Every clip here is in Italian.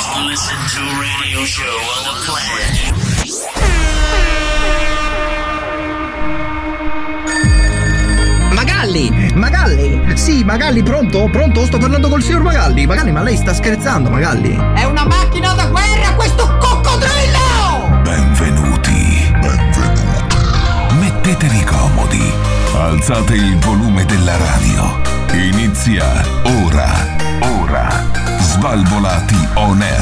listen to radio show on the planet. Magalli, sì, Magalli, pronto? Sto parlando col signor Magalli, ma lei sta scherzando, Magalli? È una macchina da guerra questo coccodrillo! Benvenuti. Mettetevi comodi, alzate il volume della radio. Inizia ora. Svalvolati on air.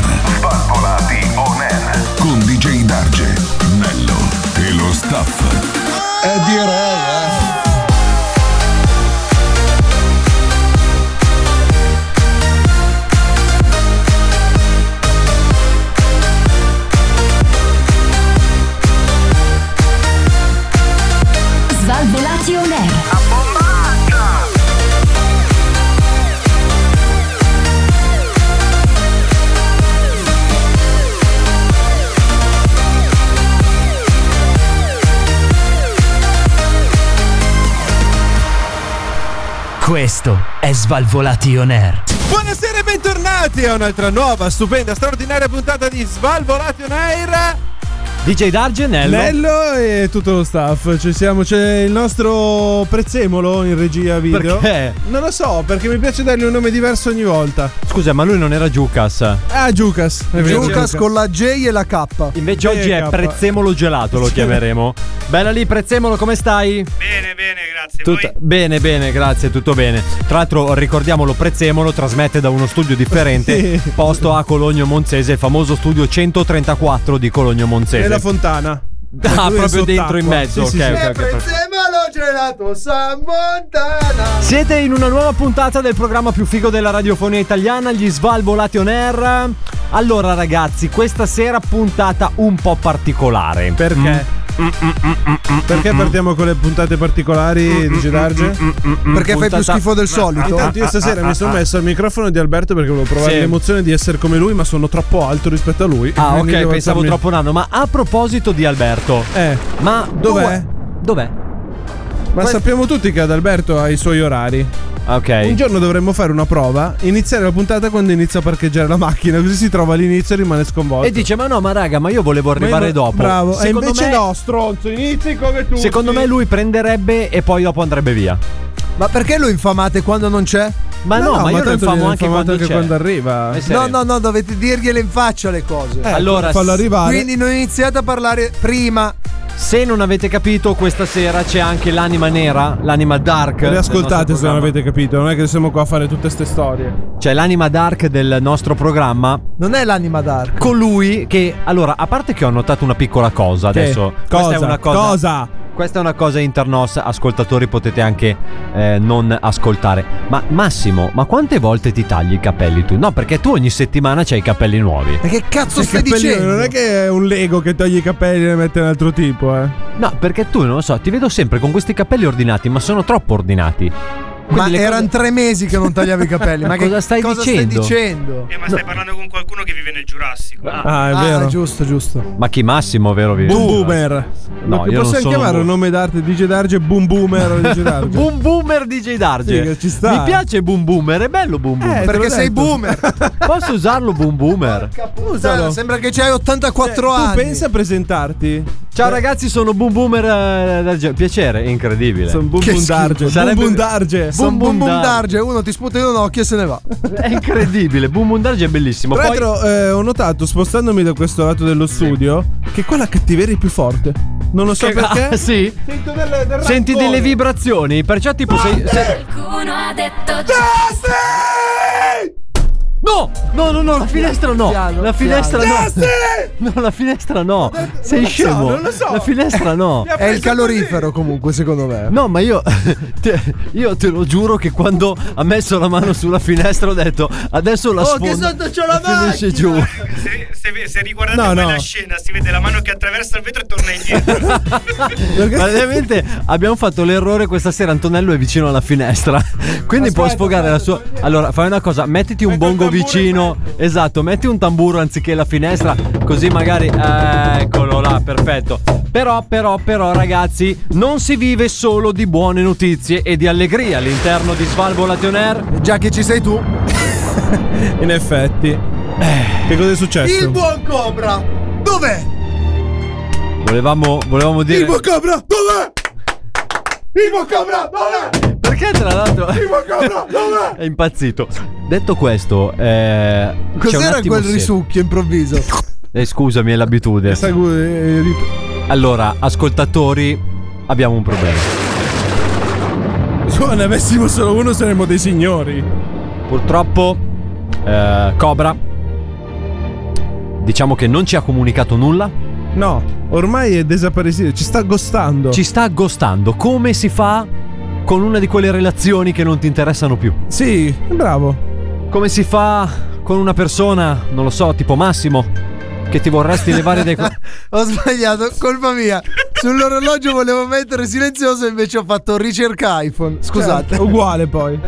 Con DJ Darge, Nello e lo staff. Direi. Svalvolati on air. Questo è Svalvolati on air. Buonasera e bentornati a un'altra nuova, stupenda, straordinaria puntata di Svalvolati on air. DJ Darge, Nello e tutto lo staff. C'è il nostro prezzemolo in regia video. Perché? Non lo so, perché mi piace dargli un nome diverso ogni volta. Scusa, ma lui non era Giucas? Ah, Giucas. Giucas con la J e la K. Invece oggi è prezzemolo gelato, lo chiameremo. Bella lì, prezzemolo, come stai? Bene, grazie. Bene, grazie, tutto bene. Tra l'altro, ricordiamolo, prezzemolo trasmette da uno studio differente, sì, posto a Cologno Monzese, il famoso studio 134 di Cologno Monzese. E la fontana. Ah, proprio dentro in mezzo. Sì, ok. Prezzemolo gelato San Montana. Siete in una nuova puntata del programma più figo della radiofonia italiana, gli Svalvolati on air. Allora ragazzi, questa sera puntata un po' particolare. Perché? Perché partiamo con le puntate particolari di Gedarge? Perché fai più schifo del solito. Intanto io stasera mi sono messo al microfono di Alberto perché volevo provare l'emozione di essere come lui, ma sono troppo alto rispetto a lui. Ah, ok, pensavo troppo nano. Ma a proposito di Alberto, ma dov'è? Ma sappiamo tutti che Adalberto ha i suoi orari. Ok. Un giorno dovremmo fare una prova, iniziare la puntata quando inizia a parcheggiare la macchina, così si trova all'inizio e rimane sconvolto. E dice: ma no, ma raga, ma io volevo arrivare dopo. Bravo. E invece me, no, stronzo, inizi come tu. Secondo me lui prenderebbe e poi dopo andrebbe via. Ma perché lo infamate quando non c'è? Ma no, ma io lo infamo anche quando c'è. Quando arriva. No, dovete dirgliele in faccia le cose. Allora, fallo arrivare. Quindi non iniziate a parlare prima. Se non avete capito, questa sera c'è anche l'anima nera, l'anima dark. Le ascoltate se non avete capito, non è che siamo qua a fare tutte ste storie. C'è l'anima dark del nostro programma. Non è l'anima dark. Colui che, allora, a parte che ho notato una piccola cosa adesso. Cosa? Questa è una cosa. Questa è una cosa internos, ascoltatori potete anche non ascoltare. Ma Massimo, ma quante volte ti tagli i capelli tu? No, perché tu ogni settimana c'hai i capelli nuovi. Ma che cazzo stai dicendo? Non è che è un Lego che toglie i capelli e ne mette un altro tipo, No, perché tu, non lo so, ti vedo sempre con questi capelli ordinati, ma sono troppo ordinati. Quindi erano 3 mesi che non tagliavo i capelli. Ma cosa stai dicendo? Ma stai parlando con qualcuno che vive nel Giurassico. Ah, è vero. Giusto. Ma chi Massimo, vero? Boom Boomer. No, io possiamo non chiamare un nome d'arte DJ Darge Boom Boomer DJ Darge. Boom Boomer DJ Darge. Sì, ci sta. Mi piace Boom Boomer, è bello Boom Boomer. Perché sei boomer. Posso usarlo Boom Boomer? Usalo. Sembra che c'hai 84 anni. Tu pensa a presentarti? Ciao ragazzi, sono Boom Boomer Darge. Piacere, incredibile. Sono Boom Boom Darge. Boom Darge. Sono Boom Boom Darge. Uno ti sputa in un occhio e se ne va. È incredibile. Boom Boom Darge è bellissimo. Tra l'altro ho notato, spostandomi da questo lato dello studio, che qua la cattiveria è più forte. Non lo so perché. Ah, sì? Sento del Senti delle vibrazioni. Perciò tipo Qualcuno ha detto No, la finestra no. La finestra no. No, la finestra no. Sei scemo. Non lo so. La finestra no. È il calorifero comunque, secondo me. No, ma io te lo giuro che quando ha messo la mano sulla finestra ho detto adesso la sfonda. Che sotto c'ho la finisce giù. Se riguardate poi la scena, si vede la mano che attraversa il vetro e torna indietro. Praticamente abbiamo fatto l'errore questa sera. Antonello è vicino alla finestra, quindi può sfogare la sua. Allora fai una cosa, mettiti un bongo vicino. Esatto, metti un tamburo anziché la finestra, così magari. Eccolo là, perfetto. Però ragazzi, non si vive solo di buone notizie e di allegria all'interno di Svalvolati on air. Già che ci sei tu. In effetti. Che cosa è successo? Il buon Cobra! Dov'è? Volevamo dire. Il buon Cobra! Dov'è? Il buon Cobra! Dov'è? Perché tra l'altro Il buon Cobra! Dov'è? è impazzito. Detto questo, c'è un Cos'era attimo quel serio. risucchio improvviso? Scusami, è l'abitudine. Allora, ascoltatori, abbiamo un problema. Se ne avessimo solo uno saremmo dei signori. Purtroppo Cobra, diciamo che non ci ha comunicato nulla. No, ormai è desaparecido, ci sta ghostando. Ci sta ghostando. Come si fa con una di quelle relazioni che non ti interessano più? Sì, bravo. Come si fa con una persona, non lo so, tipo Massimo, che ti vorresti levare dai... Ho sbagliato, colpa mia. Sull'orologio volevo mettere silenzioso e invece ho fatto ricerca iPhone. Scusate. Certo, uguale poi.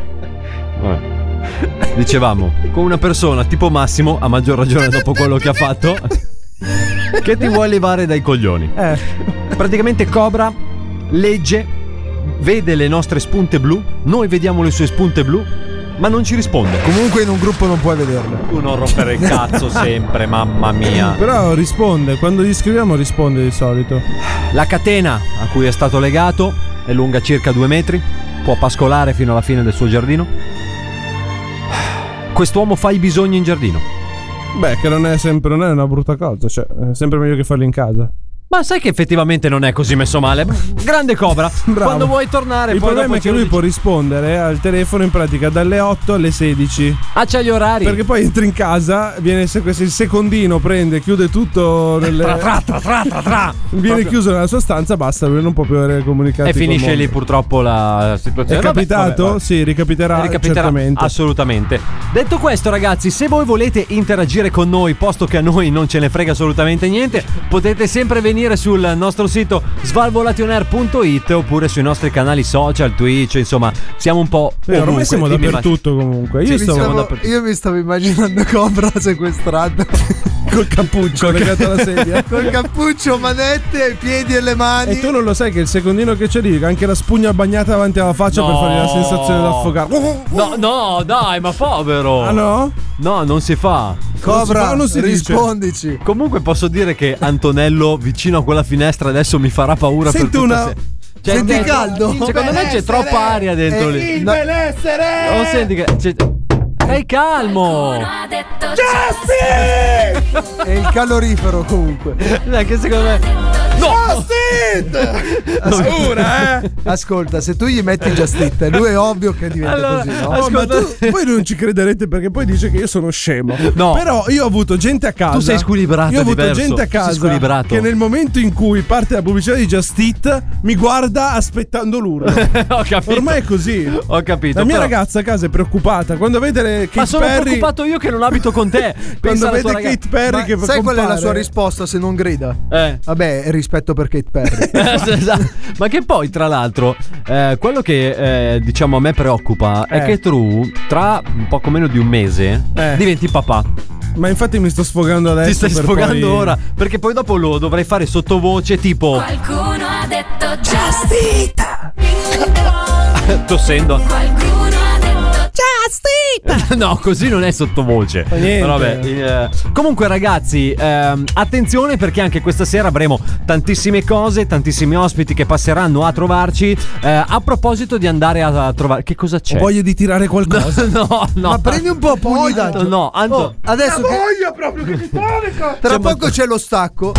Dicevamo, con una persona tipo Massimo, a maggior ragione dopo quello che ha fatto, che ti vuoi levare dai coglioni. Praticamente Cobra legge, vede le nostre spunte blu, noi vediamo le sue spunte blu, ma non ci risponde. Comunque in un gruppo non puoi vederle. Tu non rompere il cazzo sempre, mamma mia. Però risponde, quando gli scriviamo risponde di solito. La catena a cui è stato legato è lunga circa 2 metri, può pascolare fino alla fine del suo giardino. Quest'uomo fa i bisogni in giardino. Beh, che non è una brutta cosa, cioè è sempre meglio che farli in casa. Ma sai che effettivamente non è così messo male? Grande Cobra. Bravo. Quando vuoi tornare, il poi problema dopo è che lui può rispondere al telefono in pratica dalle 8 alle 16. Ah, c'ha gli orari. Perché poi entri in casa, viene il secondino, prende, chiude tutto tra. Viene chiuso nella sua stanza, basta, lui non può più avere comunicazione. E finisce lì purtroppo la situazione. È capitato? Vabbè. Sì, ricapiterà certamente. Assolutamente. Detto questo, ragazzi, se voi volete interagire con noi, posto che a noi non ce ne frega assolutamente niente, potete sempre venire sul nostro sito svalvolationair.it oppure sui nostri canali social, Twitch, insomma, siamo un po' ormai siamo dappertutto comunque. Io mi stavo immaginando Cobra sequestrato col cappuccio legato alla sedia. Col cappuccio, manette, piedi e le mani. E tu non lo sai che il secondino che c'è lì, anche la spugna bagnata davanti alla faccia per fargli la sensazione da affogare. No, dai, ma povero. Ah no? No, non si fa. Cobra, rispondici. Comunque posso dire che Antonello vicino a quella finestra adesso mi farà paura. Senti per tutta senti caldo? Secondo me c'è troppa aria dentro lì. Il benessere! Non senti che stai calmo. Justin! È il calorifero comunque. Che secondo me Ascolta, se tu gli metti Just It, lui è ovvio che diventa così, no? Ma voi non ci crederete perché poi dice che io sono scemo. No. Però io ho avuto gente a casa. Tu sei squilibrato. Io ho avuto gente a casa che nel momento in cui parte la pubblicità di Just It mi guarda aspettando l'urlo. Ho capito. Ormai è così. Ho capito. La mia ragazza a casa è preoccupata quando vede Kate Perry. Ma sono preoccupato io che non abito con te. Quando vede Kate Perry che sai qual è la sua risposta se non grida? Vabbè, rispetto per Kate Perry. Ma che poi tra l'altro quello che diciamo a me preoccupa è che tu tra un poco meno di un mese diventi papà. Ma infatti mi sto sfogando adesso. Ti stai sfogando poi... ora perché poi dopo lo dovrai fare sottovoce tipo Qualcuno ha detto Just It. tossendo. Qualcuno ha detto Just It. No, così non è sottovoce. Vabbè, comunque ragazzi, attenzione perché anche questa sera avremo tantissime cose, tantissimi ospiti che passeranno a trovarci. A proposito di andare a trovare, che cosa c'è? Ho voglia di tirare qualcosa. No. Ma prendi un po' poi. No, Anto. Adesso voglia proprio che ti tra poco c'è lo stacco.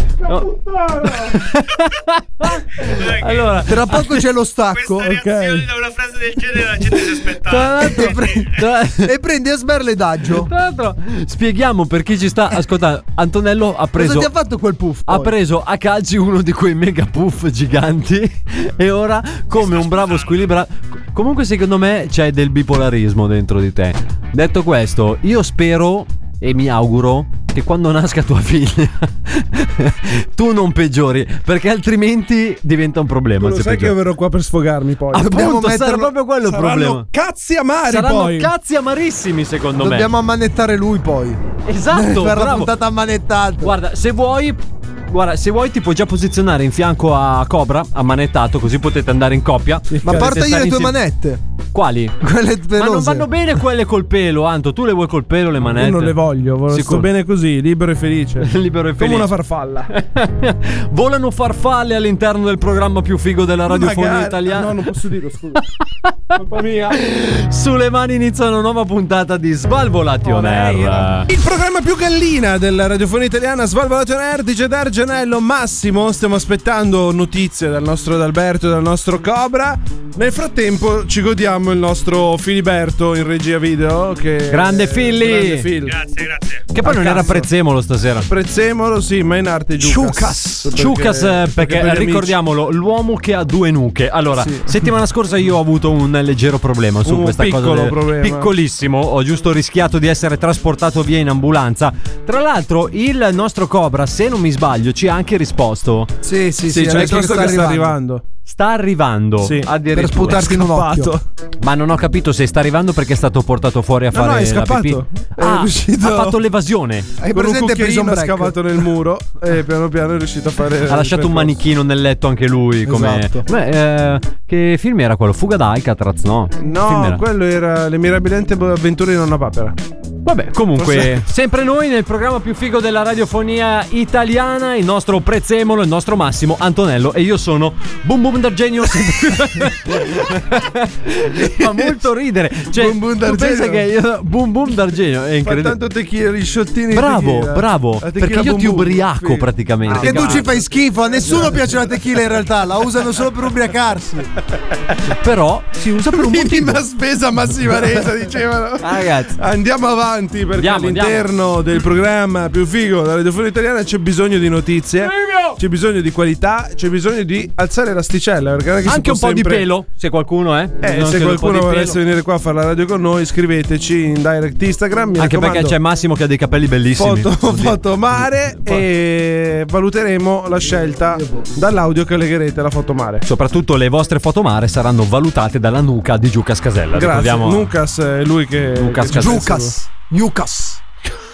Allora, tra poco c'è lo stacco. Questa reazione da una frase del genere la gente si aspettava. E prendi a sberledaggio. Tra l'altro, spieghiamo per chi ci sta ascoltando. Antonello ha preso. Cosa ti ha fatto quel puff? Ha preso a calci uno di quei mega puff giganti. E ora, come un bravo squilibrato. Comunque, secondo me c'è del bipolarismo dentro di te. Detto questo, io spero e mi auguro che quando nasca tua figlia tu non peggiori, perché altrimenti diventa un problema. Tu lo sai che io verrò qua per sfogarmi poi. Appunto, sarà proprio quello il problema. Cazzi amari. Saranno poi cazzi amarissimi secondo me. Dobbiamo ammanettare lui poi. Esatto. Per la bravo. puntata ammanettata. Guarda, se vuoi ti puoi già posizionare in fianco a Cobra ammanettato, così potete andare in coppia. Ma porta io le tue manette. Quali? Quelle pelose. Ma non vanno bene quelle col pelo, Anto. Tu le vuoi col pelo le manette? Io non le voglio, sto bene così, libero e felice. Libero e felice. Come una farfalla. Volano farfalle all'interno del programma più figo della radiofonia italiana. No, non posso dirlo, scusa. Colpa mia. Sulle mani inizia una nuova puntata di Svalvolation Air. Il programma più gallina della radiofonia italiana, Svalvolation Air, dice D'Argenello, Massimo. Stiamo aspettando notizie dal nostro Adalberto e dal nostro Cobra. Nel frattempo ci godiamo il nostro Filiberto in regia video. Grande Filli. Grazie. Che poi non era Prezzemolo stasera. Prezzemolo, sì, ma in arte Ciucas, perché ricordiamolo, l'uomo che ha due nuche. Allora, settimana scorsa io ho avuto un leggero problema su questa cosa. Piccolissimo. Ho giusto rischiato di essere trasportato via in ambulanza. Tra l'altro, il nostro Cobra, se non mi sbaglio, ci ha anche risposto. Sì, cioè questo che sta arrivando. Sta arrivando, sì, addirittura. Per sputarti in un occhio. Ma non ho capito se sta arrivando perché è stato portato fuori a fare è scappato. la pipì. È riuscito... Ha fatto l'evasione. Hai con un presente cucchiaino scavato nel muro e piano piano è riuscito a fare. Ha lasciato un manichino nel letto anche lui. Esatto. Che film era quello? Fuga da Alcatraz, no? No, quello era Le mirabilenti avventure di Nonna Papera. Vabbè, comunque, sempre noi nel programma più figo della radiofonia italiana, il nostro Prezzemolo, il nostro Massimo, Antonello, e io sono Boom Boom D'Argenio. Fa molto ridere. Cioè, Boom Boom D'Argenio. Tu pensa che io Boom Boom D'Argenio è incredibile. Fa tanto tequila, gli sciottini. Bravo, perché io ti ubriaco praticamente. Perché tu ci fai schifo, a nessuno piace la tequila in realtà, la usano solo per ubriacarsi. Però si usa per un motivo. Minima spesa, massima resa, dicevano. Ragazzi, andiamo avanti perché all'interno del programma più figo della radiofonia italiana c'è bisogno di notizie, c'è bisogno di qualità, c'è bisogno di alzare l'asticella, perché non è che anche un po' sempre... di pelo, se qualcuno se qualcuno volesse venire qua a fare la radio con noi, scriveteci in direct Instagram. Anche perché c'è Massimo che ha dei capelli bellissimi. Foto mare e valuteremo la scelta dall'audio che legherete alla foto mare. Soprattutto le vostre foto mare saranno valutate dalla nuca di Giucas Casella. Grazie. Lucas è lui che Lucas.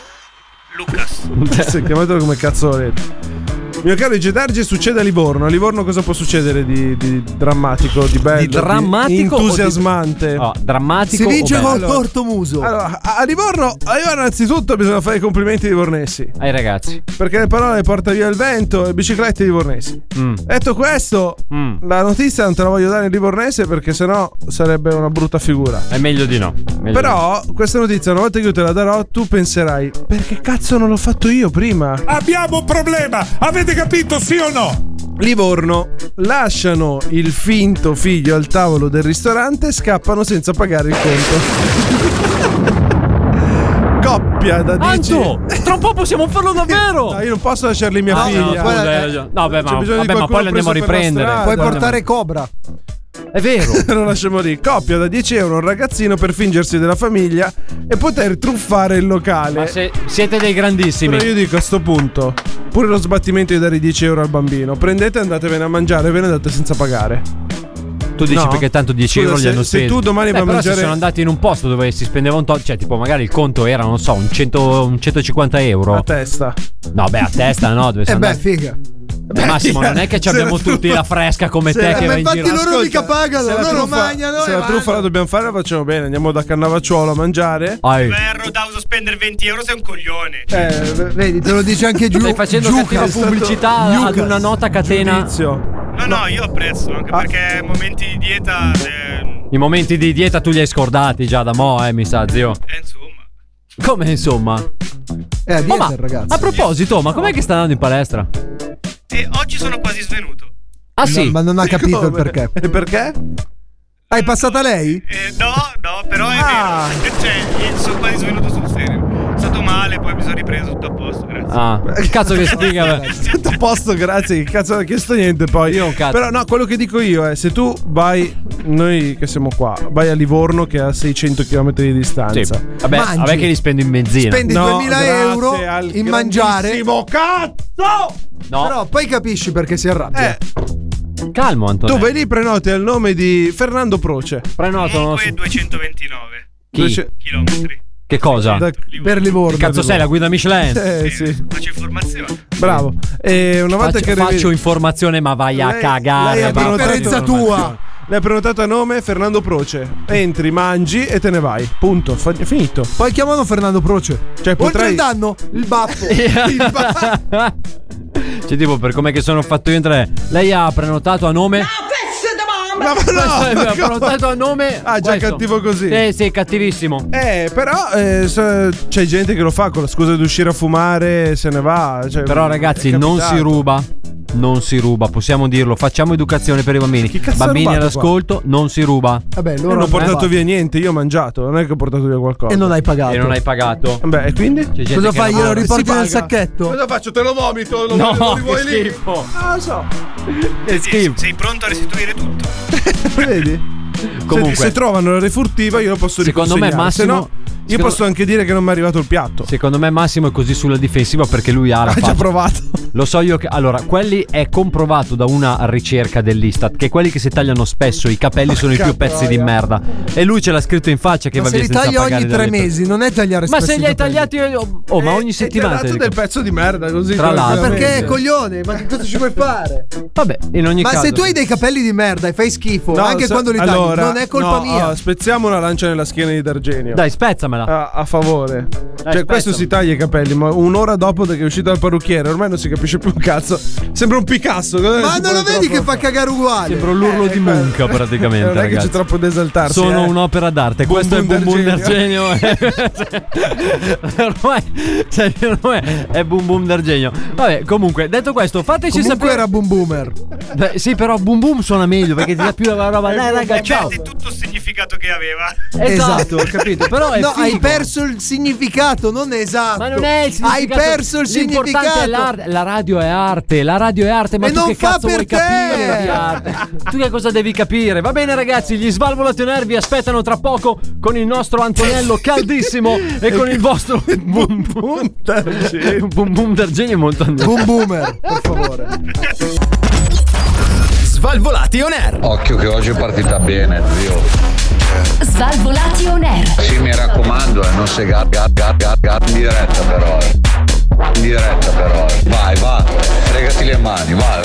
Chiamatelo come cazzo volete. Mio caro Gedargi, succede a Livorno. A Livorno cosa può succedere di drammatico, di bello, di drammatico, di entusiasmante? Drammatico. Si vince col cortomuso. Allora, a Livorno innanzitutto bisogna fare i complimenti ai livornesi. Ai ragazzi. Perché le parole porta via il vento e biciclette livornesi. Detto questo, la notizia non te la voglio dare in livornese perché sennò sarebbe una brutta figura. È meglio di no. Però questa notizia, una volta che io te la darò, tu penserai: perché cazzo non l'ho fatto io prima? Abbiamo un problema. Avete capito, sì o no? Livorno, lasciano il finto figlio al tavolo del ristorante e scappano senza pagare il conto. Coppia da 10. Anto, tra un po' possiamo farlo davvero. No, io non posso lasciarli mia figlia. Ma poi li andiamo a riprendere. Puoi portare Cobra. È vero. Lo lasciamo lì. Coppia da 10 euro un ragazzino per fingersi della famiglia e poter truffare il locale. Ma se siete dei grandissimi. Però io dico a sto punto, pure lo sbattimento di dare 10 euro al bambino, prendete e andatevene a mangiare e ve ne andate senza pagare. Tu dici perché tanto 10 euro li hanno spesi. Se tu domani vai a mangiare, se sono andati in un posto dove si spendeva un tot, cioè tipo magari il conto era, non so, un 150 euro a testa. No, a testa no, dove sono andati. Figa. Massimo, non è che abbiamo tutti la fresca come te che vai in giro. Infatti loro mica pagano, loro mangiano. Se la truffa la dobbiamo fare, la facciamo bene. Andiamo da Cannavacciuolo a mangiare. Verro da uso spendere 20 euro, sei un coglione. Vedi, te lo dice anche Giù. Stai facendo cattiva pubblicità ad una nota catena. No, io apprezzo, anche perché momenti di dieta. I momenti di dieta tu li hai scordati già da mo', mi sa, zio. Insomma. Come insomma? È a dieta, ragazzi. A proposito, ma com'è che sta andando in palestra? E oggi sono quasi svenuto. Ah sì? No, ma non ha capito il perché. E perché? Hai passata lei? No, però è vero. Cioè, sono quasi svenuto sul serio. È stato male, poi mi sono ripreso, tutto a posto, grazie. Cazzo che sfiga. Tutto a posto, grazie. Che cazzo non ho chiesto niente poi. Io un cazzo. Però no, quello che dico io è: se tu vai, noi che siamo qua, vai a Livorno che è a 600 km di distanza. Sì. Vabbè che li spendo in benzina. Spendi 2000 euro in mangiare. Cazzo! No. Però poi capisci perché si arrabbia. Calmo, Antonio. Tu vai lì, prenoti al nome di Fernando Proce. Prenoto. Comunque 229 chilometri. Che cosa? Per Livorno. Cazzo sei la guida Michelin? Sì. Faccio informazione. Bravo. E una volta che faccio informazione, ma vai a cagare. Lei è differenza tua. l'hai prenotato a nome Fernando Proce. Entri, mangi e te ne vai. Punto. Finito. Poi chiamano Fernando Proce. Cioè, Oltre il danno, il baffo. Cioè, tipo, per com'è che sono fatto io entrare, lei ha prenotato a nome. Ma ha prenotato a nome. Ah, già questo. cattivo così. Sì, cattivissimo. Però c'è gente che lo fa con la scusa di uscire a fumare, se ne va. Cioè, però ragazzi, non si ruba. Non si ruba, possiamo dirlo. Facciamo educazione per i bambini. Bambini all'ascolto, non si ruba. Vabbè, loro non ho portato via niente, io ho mangiato, non è che ho portato via qualcosa. E non hai pagato. Beh, e quindi? Cosa fai? Glielo riporti nel sacchetto? Cosa faccio? Te lo vomito? No, li vuoi che lì? schifo. Non lo so. Che schifo. Sei pronto a restituire tutto? Vedi? Comunque, se trovano la refurtiva, io lo posso secondo me Massimo, se no, io posso anche dire che non mi è arrivato il piatto. Secondo me Massimo è così sulla difensiva perché lui ha già provato. Lo so io che allora quelli è comprovato da una ricerca dell'Istat che quelli che si tagliano spesso i capelli sono i più pezzi di merda. E lui ce l'ha scritto in faccia che ma va se via li senza taglia pagare ogni 3 mesi, non è tagliare ma spesso. se li hai tagliati ma ogni settimana ti ha dato del pezzo di merda così. Tra l'altro. Ma perché coglione? Ma che cosa ci vuoi fare? Vabbè, in ogni caso. Ma se tu hai dei capelli di merda e fai schifo anche quando li tagli, non è colpa mia. Spezziamo una lancia nella schiena di D'Argenio. Dai, spezzamela. A favore. Dai, questo si taglia i capelli, ma un'ora dopo che è uscito dal parrucchiere, ormai non si capisce più un cazzo. Sembra un Picasso. Ma non lo vedi che fa cagare uguale? Sembra l'urlo di Munch praticamente. Non è che ragazzi. c'è troppo da esaltarsi. Sono un'opera d'arte. Questo è Boom Boom D'Argenio. ormai è Boom Boom D'Argenio. Vabbè, comunque, detto questo, fateci sapere. Era Boom Boomer. Beh, sì, però Boom Boom suona meglio perché ti dà più la roba. Dai, raga, ciao. Perde tutto il significato che aveva. Esatto, ho capito. Però è no, figo. hai perso il significato, non è esatto. Ma non è il significato. Hai perso il L'importante significato. è l'arte. La radio è arte. La radio è arte. Ma e tu non che fa cazzo per vuoi te. capire di arte? Tu che cosa devi capire? Va bene, ragazzi. Gli Svalvolati On Air vi aspettano tra poco con il nostro Antonello caldissimo e con il vostro Boom Boom D'Argenio. Boom Boom D'Argenio molto andiamo. Boom Boomer, per favore. Svalvolati On Air. Occhio che oggi è partita bene, zio. Svalvolati On Air. Sì, mi raccomando, non sei in diretta però. In diretta però. Vai, va. Fregati le mani, va.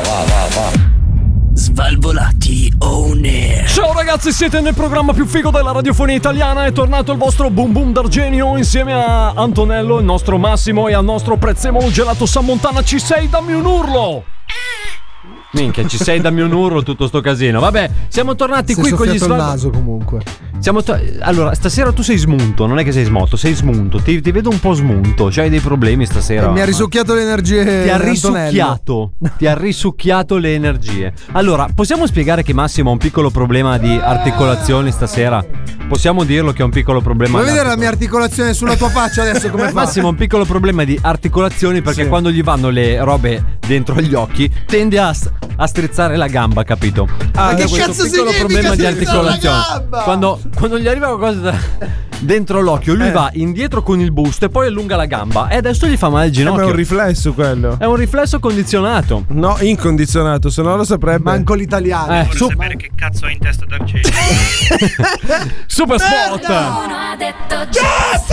Svalvolati On Air. Ciao ragazzi, siete nel programma più figo della radiofonia italiana. È tornato il vostro Boom Boom D'Argenio insieme a Antonello, il nostro Massimo e al nostro prezzemolo gelato San Montana. Ci sei, dammi un urlo. Minchia, ci sei, dammi un urlo, tutto sto casino. Vabbè, siamo tornati qui con gli Svalvolati. Naso comunque. Allora, stasera tu sei smunto, non è che sei smotto, sei smunto. Ti vedo un po' smunto, c'hai dei problemi stasera. Mi ha risucchiato le energie. Ti ha risucchiato le energie. Allora, possiamo spiegare che Massimo ha un piccolo problema di articolazioni stasera? Possiamo dirlo che ha un piccolo problema. Vuoi vedere la mia articolazione sulla tua faccia adesso come fa? Massimo ha un piccolo problema di articolazioni perché quando gli vanno le robe dentro gli occhi tende a strizzare la gamba, capito? Ma che cazzo piccolo problema di articolazione. Quando gli arriva qualcosa dentro l'occhio, lui va indietro con il busto e poi allunga la gamba e adesso gli fa male il ginocchio. Ma è un riflesso quello. È un riflesso condizionato. No, incondizionato, se no lo saprebbe. Manco l'italiano. Vorrei sapere che cazzo ha in testa D'Argenio. Super spot. Qualcuno ha detto Justin!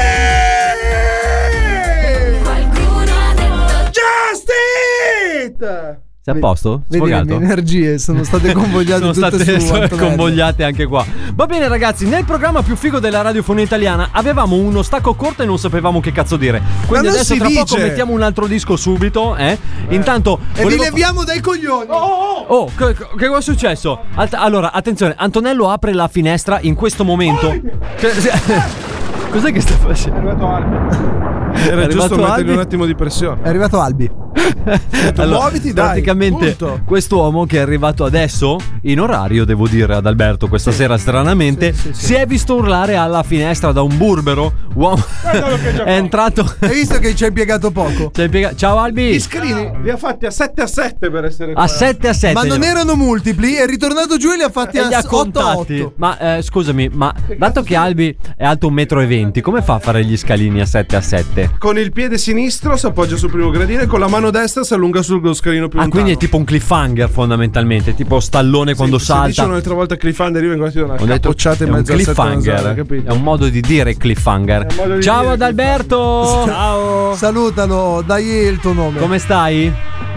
Qualcuno ha detto Justin! Sei a posto? Vedi, le Sfogato? mie energie sono state convogliate sono tutte state su Antonello. convogliate anche qua. Va bene ragazzi, nel programma più figo della radiofonia italiana avevamo uno stacco corto e non sapevamo che cazzo dire. Quindi adesso tra poco mettiamo un altro disco subito, Intanto e vi leviamo dai coglioni. Oh, che cosa è successo? Allora, attenzione, Antonello apre la finestra in questo momento. Cos'è che sta facendo? È arrivato Albi. Era giusto mettergli un attimo di pressione. È arrivato Albi. Allora, muoviti, dai. praticamente punto. Quest'uomo che è arrivato adesso in orario, devo dire ad Alberto questa sera stranamente, si è visto urlare alla finestra da un burbero uomo. È entrato. Hai visto che ci ha impiegato poco? Ciao Albi. Gli scrini li ha fatti a 7-7 per essere a 7-7. Ma non erano multipli, è ritornato giù e li ha fatti a 8-8. Ma scusami, ma dato che Albi è alto 1,20 m, come fa a fare gli scalini a 7-7? Con il piede sinistro si appoggia sul primo gradino e con la mano destra si allunga sullo scalino più lontano. Quindi è tipo un cliffhanger fondamentalmente, tipo Stallone quando salta. Se dice un'altra volta cliffhanger, io vengo a dire una Ho detto capocciata in mezzo al cliffhanger. È un modo di dire cliffhanger. Ciao ad Alberto. Ciao. Salutalo, dai il tuo nome. Come stai?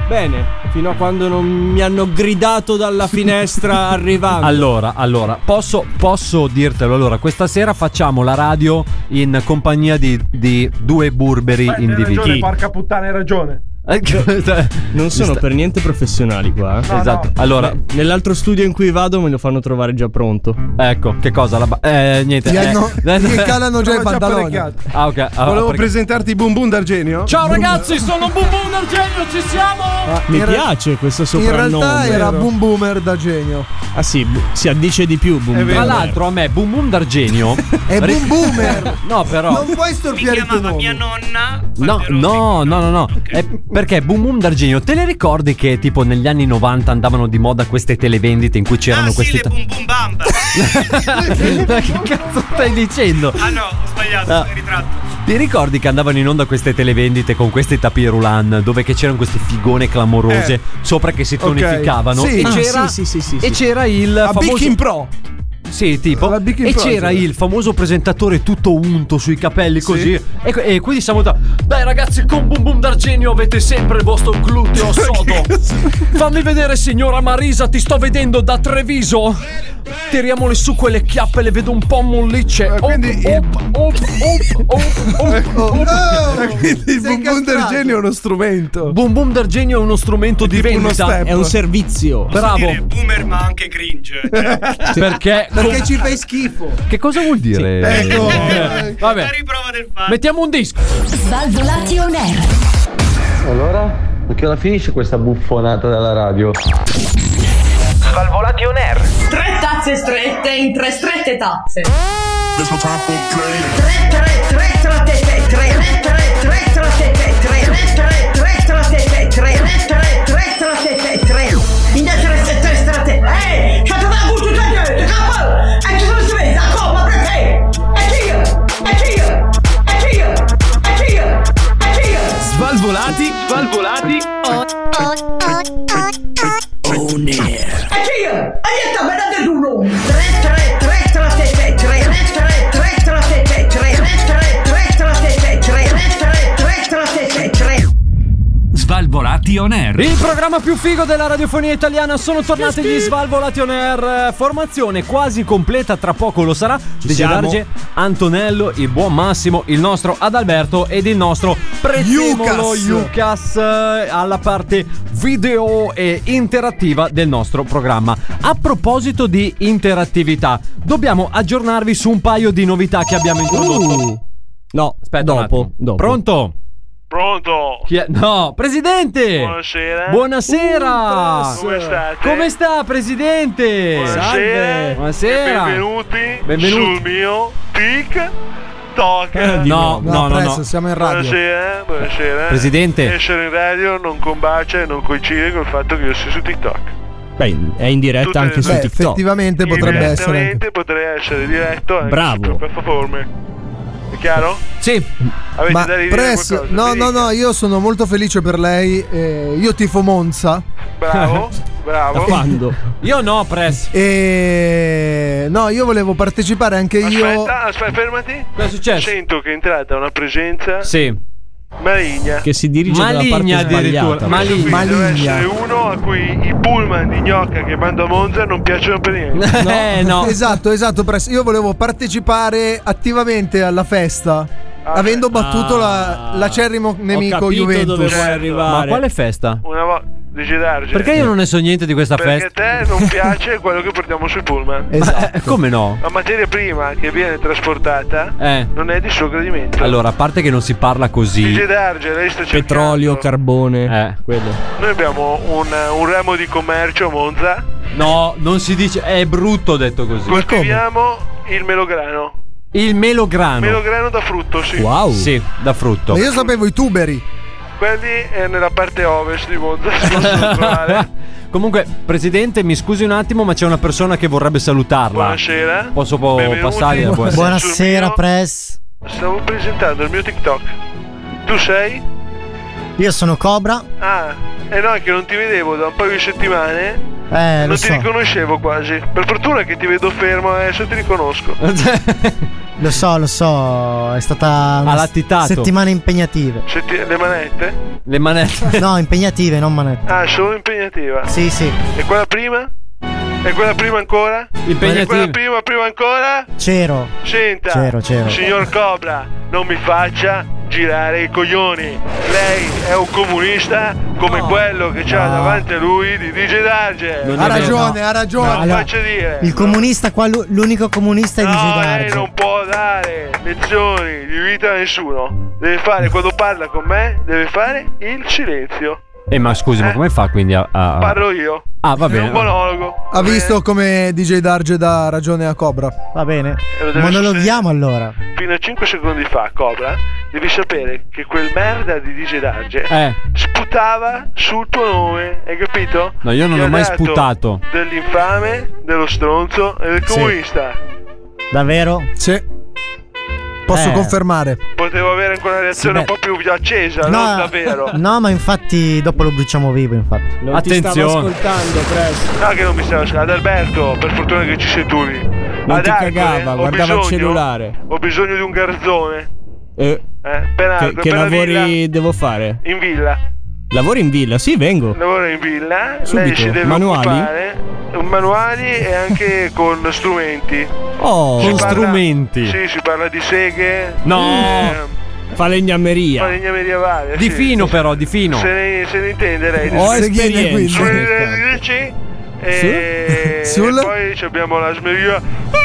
Bene, fino a quando non mi hanno gridato dalla finestra arrivando. Allora, posso dirtelo. Allora, questa sera facciamo la radio in compagnia di due burberi individui. Porca puttana, hai ragione. Non sono per niente professionali qua. No, esatto. No. Allora, nell'altro studio in cui vado me lo fanno trovare già pronto. Ecco, che cosa? Niente. Gli calano già i pantaloni. Ok. Volevo presentarti Boom Boom d'Argenio. Ciao ragazzi, sono Boom Boom d'Argenio, ci siamo? Mi piace questo soprannome. In realtà era Boom Boomer d'Argenio. Ah sì, si addice di più Boom Boomer. Tra l'altro a me Boom Boom d'Argenio è Boom Boomer. No, però non puoi storpiare il tuo nome. Mia nonna. No. È perché Boom Boom d'Argenio, te le ricordi che tipo negli anni 90 andavano di moda queste televendite in cui c'erano questi le Boom Boom Bamba. Ma che cazzo stai dicendo? Ah no, ho sbagliato, ritratto. Ti ricordi che andavano in onda queste televendite con questi tapis roulant dove che c'erano queste figone clamorose sopra che si tonificavano? Sì. E c'era il famoso Big in Pro. Sì, tipo. E c'era il famoso presentatore tutto unto sui capelli così. E quindi siamo dai ragazzi, con Boom Boom d'Argenio avete sempre il vostro gluteo sodo. Fammi vedere signora Marisa, ti sto vedendo da Treviso. Tiriamole su quelle chiappe, le vedo un po' mollicce. Quindi il Boom Boom d'Argenio è uno strumento. Boom Boom d'Argenio è uno strumento di vendita. È un servizio. Bravo. Boomer ma anche cringe. Perché ci fai schifo. Che cosa vuol dire? Ecco. Vabbè. La riprova del fatto. Mettiamo un disco. Svalvolati on air. Allora? Perché ora finisce questa buffonata della radio? Svalvolati on air. 3 tazze strette in 3 strette tazze. 3 trattete, 3 trattete, 3 in 3 strette. Ehi, c'è da butto da te, capo. E ci sono sveglia, come perché? E io. Svalvolati on air. Aietta, me date uno. 3 trattete, 3 Svalvolati on air. Il programma più figo della radiofonia italiana. Sono tornati gli Svalvolati on air. Formazione quasi completa, tra poco lo sarà. DJ Darge, Antonello, il buon Massimo, il nostro Adalberto ed il nostro prezzemolo Lucas alla parte video e interattiva del nostro programma. A proposito di interattività, dobbiamo aggiornarvi su un paio di novità che abbiamo introdotto. No, aspetta, dopo. Pronto? Pronto? No, Presidente! Buonasera! Come state? Come sta, Presidente? Buonasera! Benvenuti sul mio TikTok. No, siamo in radio. Buonasera. Presidente. Essere in radio non combacia e non coincide col fatto che io sia su TikTok. Beh, è in diretta anche su TikTok. Effettivamente potrebbe essere. Potrei essere diretto anche Bravo. su piattaforme. È chiaro? Sì. Avete Ma da dire Press, no, io sono molto felice per lei. Io tifo Monza. Bravo. Da quando? Io no, Press. No, io volevo partecipare anche io. Aspetta, fermati. Cosa è successo? Sento che è entrata una presenza maligna. Che si dirige dalla parte sbagliata. Maligna. Deve essere uno a cui i pullman di gnocca che mando a Monza non piacciono per niente. No. Esatto, Press. Io volevo partecipare attivamente alla festa. Avendo battuto l'acerrimo nemico Juventus. Dove vuoi arrivare. Ma quale festa? Una volta dice Darge. Perché io non ne so niente di questa festa? Perché a te non piace quello che portiamo sui pullman. Esatto. Come no? La materia prima che viene trasportata non è di suo gradimento. Allora, a parte che non si parla così. Dice Darge, lei sta cercando. Petrolio, carbone. Quello. Noi abbiamo un ramo di commercio a Monza. No, non si dice. È brutto detto così. Coltiviamo il melograno. Il melograno. Melograno da frutto, sì. Wow. Sì, da frutto. Ma io sapevo i tuberi. Quelli è nella parte ovest di Monza. Si possono trovare. Comunque, Presidente, mi scusi un attimo, ma c'è una persona che vorrebbe salutarla. Buonasera. Posso passargli la buonasera? Buonasera, Press. Stavo presentando il mio TikTok. Tu sei? Io sono Cobra. Ah, no, è che non ti vedevo da un paio di settimane. Non ti riconoscevo quasi. Per fortuna che ti vedo fermo, adesso ti riconosco. Lo so, è stata una latitato. settimana impegnative. Le manette? Le manette? No, impegnative, non manette. Ah, solo impegnativa? Sì. E quella prima? E quella prima ancora? Impegnativa. E quella prima ancora? C'ero. Senta, C'ero. Signor Cobra, non mi faccia girare i coglioni. Lei è un comunista come quello che c'ha davanti a lui di DJ Darge. Ha ragione. Non mi faccia dire. Il comunista qua, l'unico comunista è DJ No, Darge. lei non può dare lezioni di vita a nessuno. Deve fare, quando parla con me, deve fare il silenzio. Ma scusi, ma come fa quindi a... Parlo io. Ah, va È bene. un monologo. Ha visto come DJ Darge dà ragione a Cobra? Va bene. lo deve Monologhiamo allora. Fino a 5 secondi fa, Cobra, devi sapere che quel merda di DJ Darge sputava sul tuo nome, hai capito? No, io non Ti ho ha mai dato sputato. Dell'infame, dello stronzo e del comunista. Davvero? Sì. Posso confermare. Potevo avere anche una reazione un po' più accesa, No, non davvero. No, ma infatti dopo lo bruciamo vivo, infatti. Non ti stavo ascoltando, Press. No, che non mi stava ascoltando. Adalberto, per fortuna che ci sei tu lì. Non ti Arcole, cagava, ho guardava il bisogno- cellulare. Ho bisogno di un garzone. Che per la lavori villa. devo fare? In villa. Lavori in villa? Sì, vengo. Lavora in villa. Lei Subito. si deve Manuali? occupare. Manuali e anche con strumenti. Oh, Si con parla- strumenti. Sì, si parla di seghe. No. Falegnameria. Falegnameria varia. Di sì. fino però, di fino. Se ne intende lei. Ho esperienza. E Sul- poi ci abbiamo la smeria.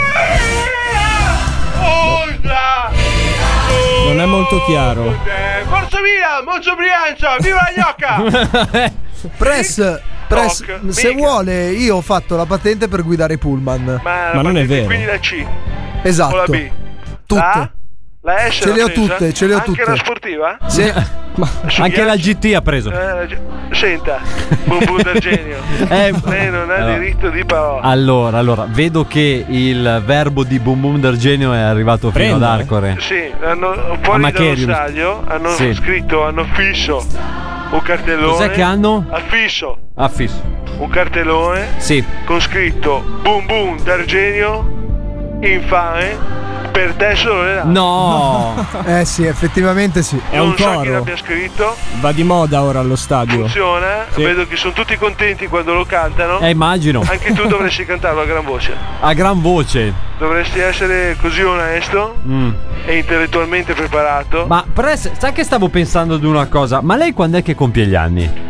Non è molto chiaro. Forza via, Monzo Brianza, viva la gnocca! Press, se vuole, io ho fatto la patente per guidare i pullman. Ma non è vero. Quindi la C. Esatto. O la B. Tutte. La S Ce l'ha le ho presa? tutte, ce le ho Anche tutte. la sportiva? Sì. Anche la GT ha preso. Senta, buon d'Argenio. Lei non ha allora. diritto di parola. Allora, vedo che il verbo di Boom Boom d'Argenio è arrivato fino ad Arcore. Sì, hanno fuori dallo Maccherius. stadio hanno Sì. scritto, hanno fisso un cartellone. Cos'è che hanno? Affisso. Affisso. Un cartellone Sì. con scritto Boom Boom d'Argenio infame per te solo le labbra. No. Sì, effettivamente sì. È un Non so chi coro. l'abbia scritto. Va di moda ora allo stadio. Funziona. Sì. Vedo che sono tutti contenti quando lo cantano. Immagino. Anche tu dovresti cantarlo a gran voce. A gran voce. Dovresti essere così onesto e intellettualmente preparato. Ma Press, sai che stavo pensando ad una cosa? Ma lei quando è che compie gli anni?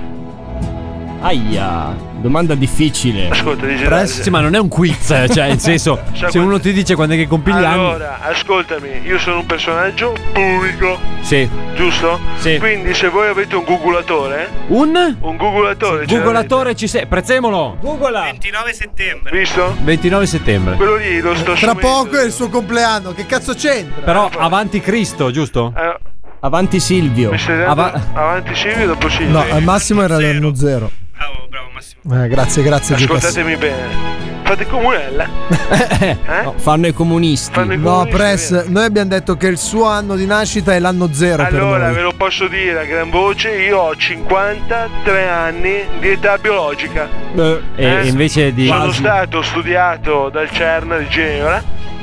Aia, domanda difficile. Ascolta, dice Press, sì, ma non è un quiz, cioè nel senso, se uno ti dice quando è che compi gli anni. Allora, ascoltami, io sono un personaggio pubblico. Sì. Giusto? Sì. Quindi se voi avete un googlatore. Un googlatore. ce Googlatore ci sei, prezzemolo. Googola. 29 settembre. Visto? 29 settembre. Quello lì lo sto Tra assumendo. poco è il suo compleanno. Che cazzo c'entra? Però avanti Cristo, giusto? Avanti Silvio. Mi stai dando avanti Silvio dopo Silvio. No, al massimo era l'anno zero. Bravo Massimo. Grazie, Giucas. Ascoltatemi bene. Fate comunella. No, fanno i comunisti. No, Press, noi abbiamo detto che il suo anno di nascita è l'anno zero per Allora, noi. ve lo posso dire a gran voce, io ho 53 anni di età biologica. E invece di Sono stato studiato dal CERN di Ginevra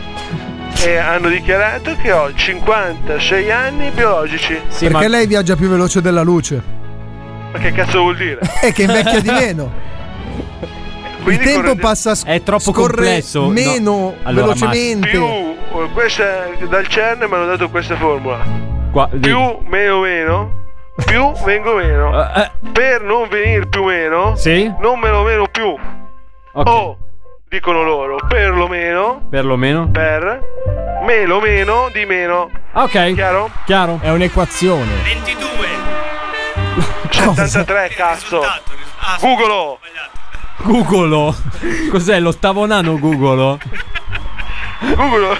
e hanno dichiarato che ho 56 anni biologici. Perché lei viaggia più veloce della luce. Ma che cazzo vuol dire? È che invecchia di meno. Quindi il tempo correte- passa È troppo scorre complesso. meno No. Allora, velocemente. Più questa, dal CERN mi hanno dato questa formula. Più meno più vengo meno. Per non venire più meno, Sì? non me lo meno più. O dicono loro, perlomeno per me lo meno di meno. Ok. Chiaro? È un'equazione. 22. 73, cazzo. Googolo. Googolo. Cos'è l'ottavo nano Googolo? Googolo.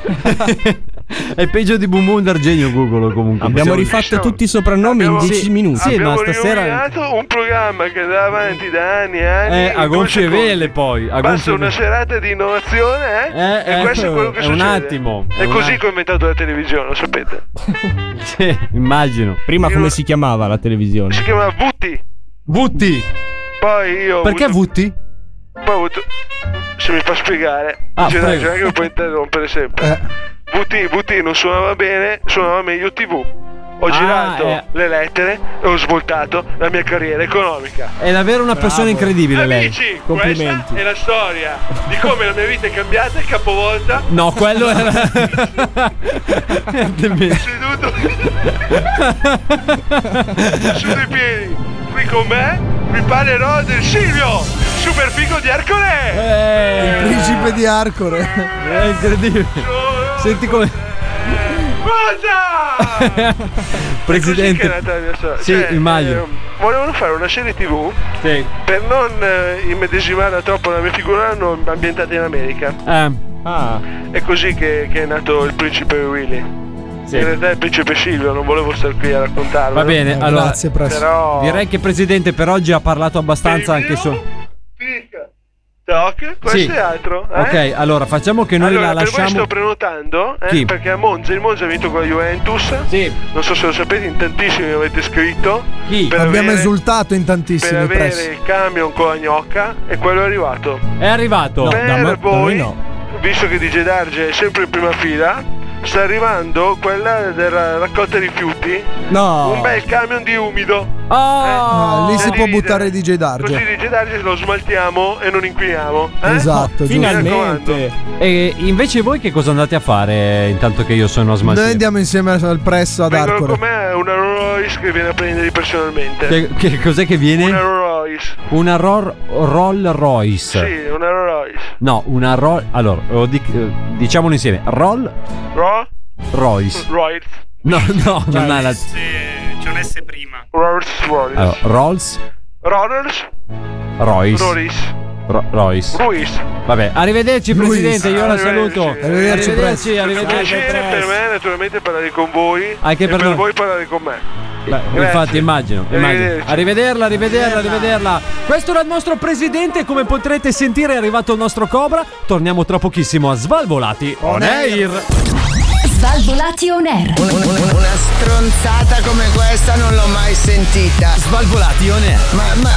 È peggio di Boom Boom d'Argenio Googolo comunque. Abbiamo rifatto tutti i soprannomi in 10 minuti. Sì, Abbiamo no, stasera rinominato un programma che andava avanti da anni e anni. a in 2 gonfie secondi. vele poi. A Basta gonfie una vele. serata di innovazione, e questo è quello che è succede. un attimo. È così che ho inventato la televisione, lo sapete. Sì, immagino. Prima come si chiamava la televisione? Si chiama Vutti. Vutti. Poi io. ho Perché avuto- Vutti? Poi ho avuto. Se mi fa spiegare. Ah, cioè, prego. non è che mi puoi interrompere sempre. VT non suonava bene, suonava meglio TV. Ho girato le lettere e ho svoltato la mia carriera economica. È davvero una persona incredibile lei. Amici, questa è la storia di come la mia vita è cambiata e capovolta. No, quello era seduto su due piedi. Qui con me vi parlerò del Silvio, super figo di Arcore. Il principe di Arcore. È incredibile. Senti come Presidente. È così che è nata la mia storia. Sì, immagino. Volevano fare una serie TV per non immedesimarla troppo la mia figura, l'hanno ambientata in America. È così che è nato il principe Willy. Sì. In realtà è il principe Silvio, non volevo stare qui a raccontarlo. Va bene, allora grazie, però... direi che Presidente per oggi ha parlato abbastanza anche su. Questo è altro. Ok, allora facciamo che noi la lasciamo. Per voi sto prenotando perché a Monza, il Monza ha vinto con la Juventus. Sì. Non so se lo sapete, in tantissimi mi avete scritto. Abbiamo esultato in tantissimi. Per avere il camion con la gnocca e quello è arrivato. È arrivato. Per voi, visto che DJ Darge è sempre in prima fila, sta arrivando quella della raccolta rifiuti. Un bel camion di umido. Lì si può buttare DJ Darge. Così DJ Darge lo smaltiamo e non inquiniamo. Esatto, finalmente. E invece voi che cosa andate a fare intanto che io sono a smaltire? Noi andiamo insieme al presso ad Arcore. Con me è una Rolls Royce che viene a prenderli personalmente. Che cos'è che viene? Una Rolls Royce. Una Rolls Royce. Sì, una Rolls Royce. No, una Rolls. Allora, diciamolo insieme. Rolls Royce. No, non ha la. C'è un S prima. Rolls Royce. Allora, Rolls Royce. Vabbè, arrivederci Presidente, io la saluto. Arrivederci. Piacere per me naturalmente parlare con voi. Anche per noi. Voi parlare con me. Infatti immagino. Arrivederla. Questo era il nostro Presidente. Come potrete sentire è arrivato il nostro Cobra. Torniamo tra pochissimo a Svalvolati On Air. Svalvolati On Air. Una stronzata come questa non l'ho mai sentita. Svalvolati On Air.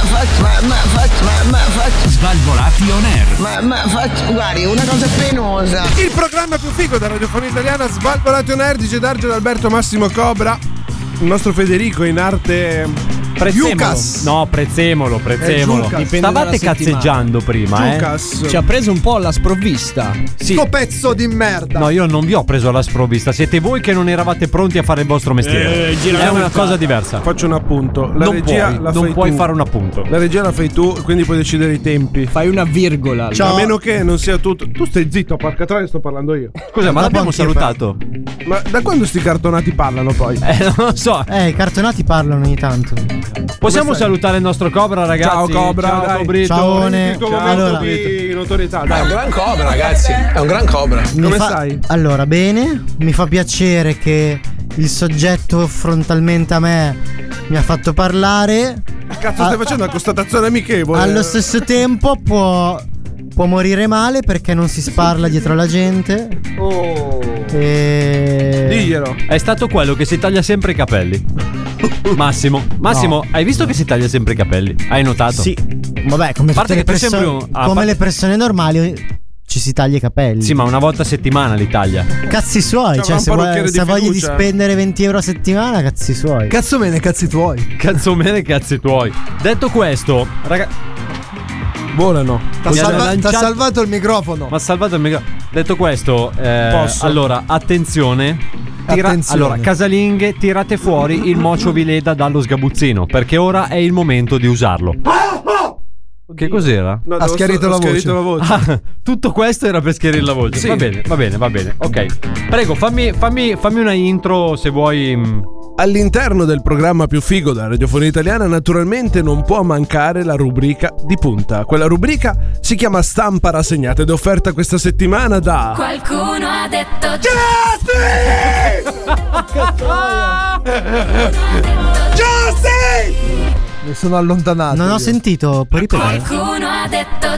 Svalvolati On Air. Guardi, una cosa penosa. Il programma più figo della radiofonia italiana, Svalvolati On Air, DJ Darge, Alberto, Massimo Cobra. Il nostro Federico in arte Prezzemolo. Stavate cazzeggiando prima, Ci ha preso un po' alla sprovvista. Sto pezzo di merda. No, io non vi ho preso alla sprovvista. Siete voi che non eravate pronti a fare il vostro mestiere. È una cosa diversa. Faccio un appunto. Non puoi fare un appunto. La regia la fai tu, quindi puoi decidere i tempi. Fai una virgola. A meno che non sia tutto. Tu stai zitto, porca troia, sto parlando io. Scusa, ma l'abbiamo salutato. Ma da quando sti cartonati parlano poi? Non lo so. I cartonati parlano ogni tanto. Possiamo salutare il nostro Cobra, ragazzi? Ciao Cobra, ciao Cobrito. Ciaone. Il tuo momento di notorietà. È un gran Cobra, ragazzi. È un gran Cobra. Come stai? Allora, bene. Mi fa piacere che il soggetto frontalmente a me mi ha fatto parlare. Cazzo, stai facendo una constatazione amichevole. Allo stesso tempo può morire male perché non si sparla dietro la gente. Diglielo. È stato quello che si taglia sempre i capelli. Massimo, no. Hai visto che si taglia sempre i capelli? Hai notato? Sì. Vabbè, come tutte le persone, le persone normali ci si taglia i capelli. Sì, ma una volta a settimana li taglia. Cazzi suoi, cioè se ha voglia di spendere 20 euro a settimana, cazzi suoi. Cazzo bene, cazzi tuoi. Detto questo, ragazzi, volano. T'ha salvato il microfono. Detto questo, allora, attenzione. Allora, casalinghe, tirate fuori il mocio Vileda dallo sgabuzzino, perché ora è il momento di usarlo. Che cos'era? No, ha schiarito la voce. Tutto questo era per schiarire la voce. Sì. Va bene. Ok. Prego, fammi una intro se vuoi. All'interno del programma più figo della radiofonia italiana naturalmente non può mancare la rubrica di punta. Quella rubrica si chiama Stampa rassegnata ed è offerta questa settimana da... Qualcuno ha detto Giussi! Mi sono allontanato. Non ho sentito, puoi ripetere? Qualcuno ha detto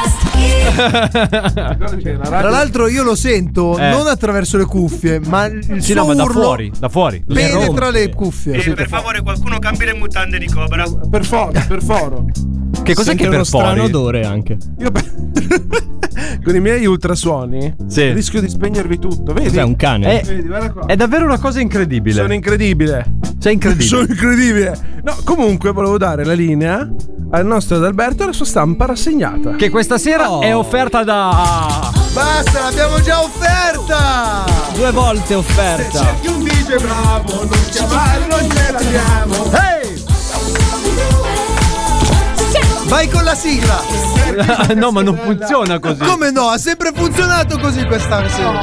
Tra l'altro io lo sento non attraverso le cuffie, ma il suo ma urlo da fuori. penetra le cuffie. Per favore, qualcuno cambi le mutande di Cobra. Per foro. Che cos'è che per strano odore anche. con i miei ultrasuoni rischio di spegnervi tutto. Vedi? Cos'è, un cane? Vedi, guarda qua. È davvero una cosa incredibile. Sono incredibile. Sei incredibile. Sono incredibile. No, comunque volevo dare la linea al nostro Adalberto e alla sua stampa rassegnata. Che questa sera è offerta da... Basta, l'abbiamo già offerta! 2 volte offerta. Se cerchi un DJ bravo, non chiamarlo, ce l'abbiamo. Hey! Vai con la sigla! No, ma non funziona così. Come no? Ha sempre funzionato così questa sera.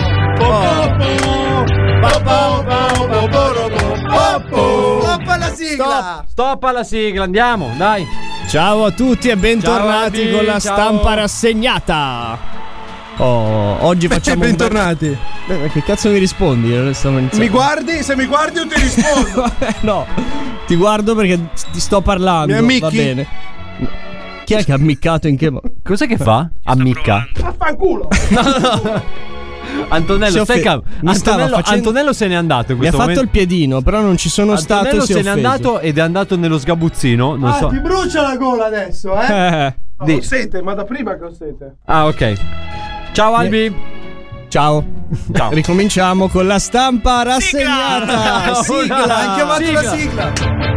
Stoppa la sigla! Stop alla sigla, andiamo, dai. Ciao a tutti e bentornati Ciao, con la ciao. stampa rassegnata. Oggi facciamo bentornati. Che cazzo mi rispondi? Mi guardi? Se mi guardi io ti rispondo. No, ti guardo perché ti sto parlando. Mi ammicchi? Va bene. Chi è che ha ammiccato in che modo? Cos'è che fa? Ammicca. Vaffanculo. Antonello, stai calmo. Antonello se n'è andato in Mi ha questo fatto momento. il piedino, però non ci sono stato. Antonello Si è se n'è offeso. andato ed è andato nello sgabuzzino. Non so. Ti brucia la gola adesso, eh? Ho sete, ma da prima che ho sete. Ah, ok. Ciao Albi. Ciao. Ricominciamo con la stampa rassegnata. Sigla, hai chiamato la sigla.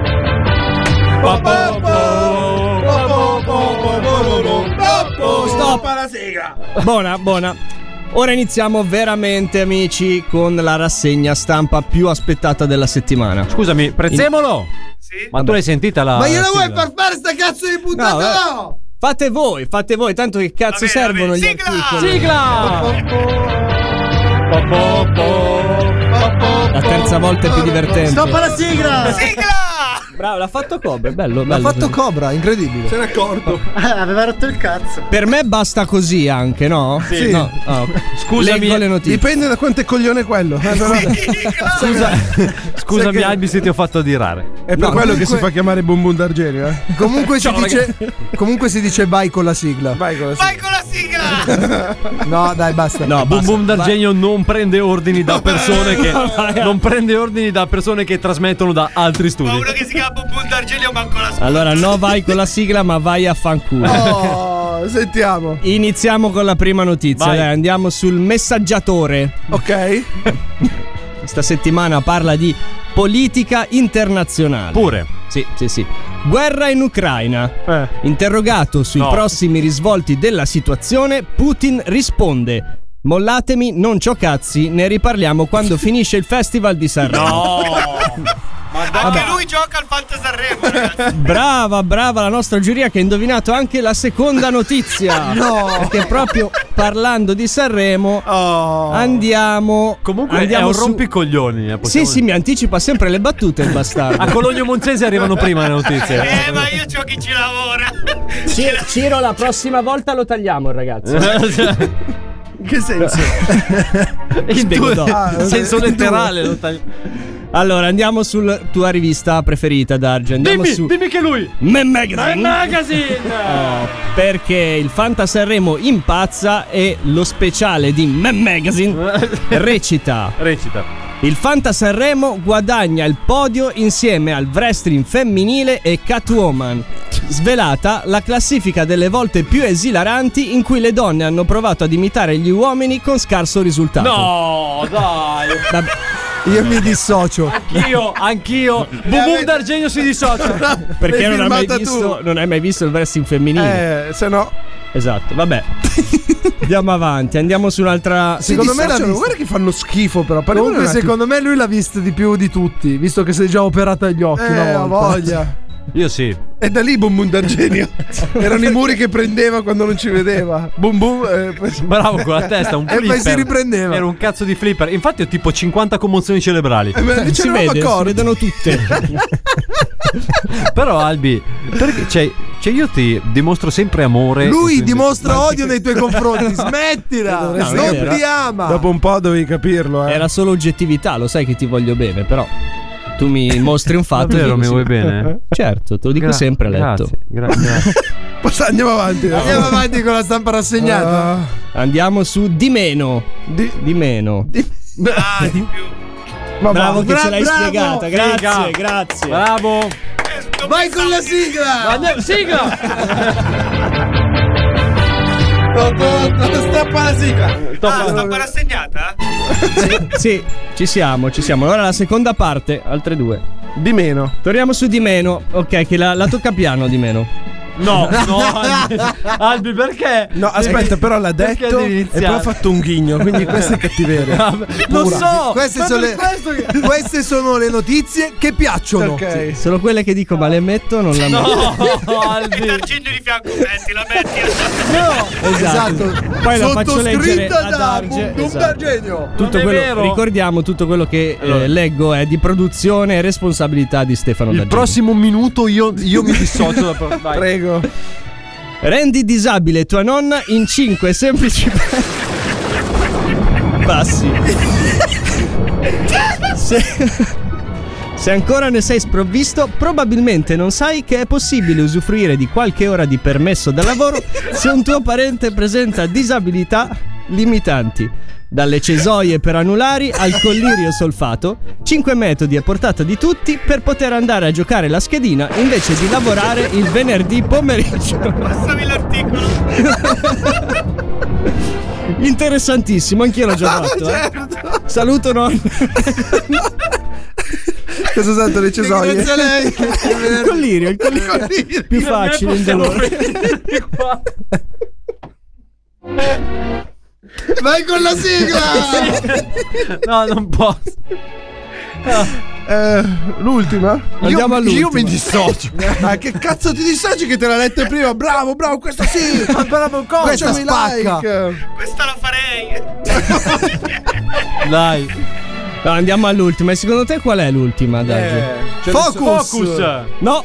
Stop la sigla. Buona. Ora iniziamo veramente, amici, con la rassegna stampa più aspettata della settimana. Scusami, Prezzemolo. Sì? Ma tu l'hai sentita la... Ma gliela vuoi sigla? far fare sta cazzo di puntata? No! Fate voi, tanto che cazzo servono gli articoli. Sigla! La terza volta è più divertente. Stoppa la sigla! Bravo, l'ha fatto Cobra, bello. L'ha fatto Cobra, incredibile. Se n'è accorto. Aveva rotto il cazzo. Per me basta così anche, no? Sì. No. Oh. Scusami, Leggo le notizie. Dipende da quanto è coglione quello. Scusami Albi se ti ho fatto adirare. È per quello che si fa chiamare Boom Boom d'Argenio, eh? Comunque si dice vai con la sigla. Vai con la sigla! No, dai, basta. No, Boom Boom d'Argenio non prende ordini da persone che non prende ordini da persone che trasmettono da altri studi. Ma uno che si chiama Boom Boom d'Argenio manco la sigla. Allora, no, vai con la sigla, ma vai a fanculo. Oh, sentiamo. Iniziamo con la prima notizia. Vai. Dai, andiamo sul messaggiatore. Ok. Questa settimana parla di politica internazionale. Pure. Sì. Guerra in Ucraina. Interrogato sui prossimi risvolti della situazione, Putin risponde: mollatemi, non c'ho cazzi, ne riparliamo quando finisce il festival di Sanremo. No! Anche lui gioca al Fanta Sanremo, ragazzi. Brava la nostra giuria che ha indovinato anche la seconda notizia. No! Perché proprio parlando di Sanremo andiamo. Comunque andiamo è un rompicoglioni. Sì, mi anticipa sempre le battute il bastardo. A Cologno Monzese arrivano prima le notizie. Ma io c'ho chi ci lavora. Ciro, la prossima volta lo tagliamo, ragazzi. In che senso? In senso letterale. Allora, andiamo sulla tua rivista preferita, Darge. Andiamo Dimmi che lui Man Magazine. Magazine. Perché il Fanta Sanremo impazza e lo speciale di Man Magazine recita: il Fanta Sanremo guadagna il podio insieme al wrestling femminile e Catwoman. Svelata la classifica delle volte più esilaranti in cui le donne hanno provato ad imitare gli uomini con scarso risultato. No, dai. Vabbè. Io mi dissocio. Anch'io. Boom Boom d'Argenio si dissocia. Perché non hai mai visto il wrestling femminile? Se no. Esatto, vabbè. Andiamo avanti, andiamo su un'altra. Secondo me guarda che fanno schifo, però. Comunque secondo me lui l'ha visto di più di tutti, visto che si è già operato agli occhi una volta. Voglia. Io sì. E da lì Boom Boom d'Argenio. Erano i muri che prendeva quando non ci vedeva. Boom Boom. Bravo con la testa, un flipper. E poi si riprendeva. Era un cazzo di flipper. Infatti ho tipo 50 commozioni cerebrali. Si vedono tutte. Però Albi, perché io ti dimostro sempre amore. Lui dimostra odio nei tuoi confronti. Smettila. Non ti ama. Dopo un po' dovevi capirlo. Era solo oggettività, lo sai che ti voglio bene, però tu mi mostri un fatto. Davvero mi vuoi bene? Certo, te lo dico sempre, Letto. Grazie. Andiamo avanti. Andiamo avanti con la stampa rassegnata. Andiamo su di meno. Di meno. Di più. Bravo che ce l'hai spiegata. Grazie. Bravo. Vai con la sigla. Sigla. Stoppa la sigla. Stoppa rassegnata? Sì, ci siamo. Allora la seconda parte, altre due. Di meno. Torniamo su di meno. Ok, che la tocca piano di meno. No, Albi, perché? No, aspetta, però l'ha detto e poi ha fatto un ghigno, quindi questa è cattiveria. Lo so! Queste sono le notizie che piacciono. Ok. Sì, sono quelle che dico, ma le metto o non la metto? No, Albi. D'Argenio di fianco, mettila. No, esatto. Poi la faccio leggere ad da Arge. D'Argenio. Tutto quello, ricordiamo, tutto quello che leggo è di produzione e responsabilità di Stefano D'Argenio. Il prossimo minuto io mi dissocio da vai. Prego. Rendi disabile tua nonna in 5 semplici passi. Se ancora ne sei sprovvisto, probabilmente non sai che è possibile usufruire di qualche ora di permesso da lavoro se un tuo parente presenta disabilità limitanti. Dalle cesoie per anulari al collirio solfato, 5 metodi a portata di tutti per poter andare a giocare la schedina invece di lavorare il venerdì pomeriggio. Passami l'articolo. Interessantissimo, anch'io l'ho già fatto. Certo. Saluto nonno. Cosa santo le cesoie? Grazie a lei. Il collirio. Più facile il dolore. Vai con la sigla! No, non posso. L'ultima? Andiamo all'ultima. Io mi dissocio. Ma che cazzo ti dissoci che te l'ha letta prima? Bravo, questa sì. Bravo, questa spacca. Questa la farei. Dai. No, andiamo all'ultima. E secondo te qual è l'ultima, Dai? Focus. No.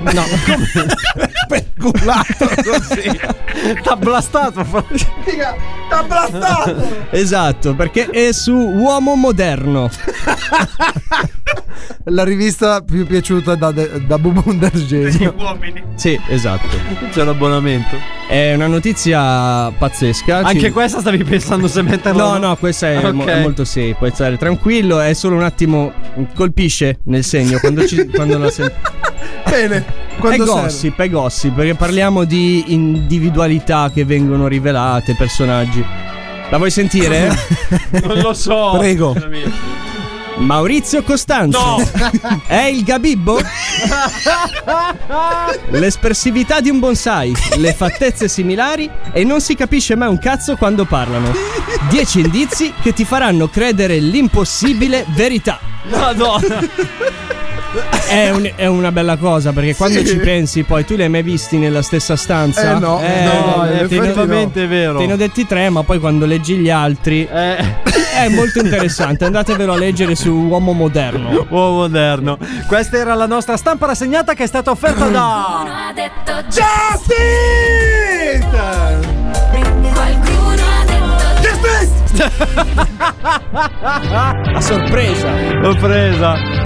Speculato così. T'ha blastato. T'ha blastato. Esatto, perché è su Uomo Moderno. La rivista più piaciuta da Bubun D'Argenio. Uomini. Sì, esatto. C'è l'abbonamento. È una notizia pazzesca. Anche questa stavi pensando se metterla? No, questa è, Okay. è molto safe. Puoi stare tranquillo. È solo un attimo. Colpisce nel segno quando la senti. Bene. È gossip, perché parliamo di individualità che vengono rivelate, personaggi. La vuoi sentire? Non lo so. Prego. Maurizio Costanzo. No. È il Gabibbo? L'espressività di un bonsai, le fattezze similari e non si capisce mai un cazzo quando parlano. 10 indizi che ti faranno credere l'impossibile verità. No. È una bella cosa, perché quando ci pensi, poi tu li hai mai visti nella stessa stanza? No, effettivamente è vero. Te ne ho detti 3, ma poi quando leggi gli altri è molto interessante. Andatevelo a leggere su Uomo Moderno. Uomo Moderno. Questa era la nostra stampa rassegnata che è stata offerta da Qualcuno ha detto Justin! Qualcuno ha detto A sorpresa. L'ho presa.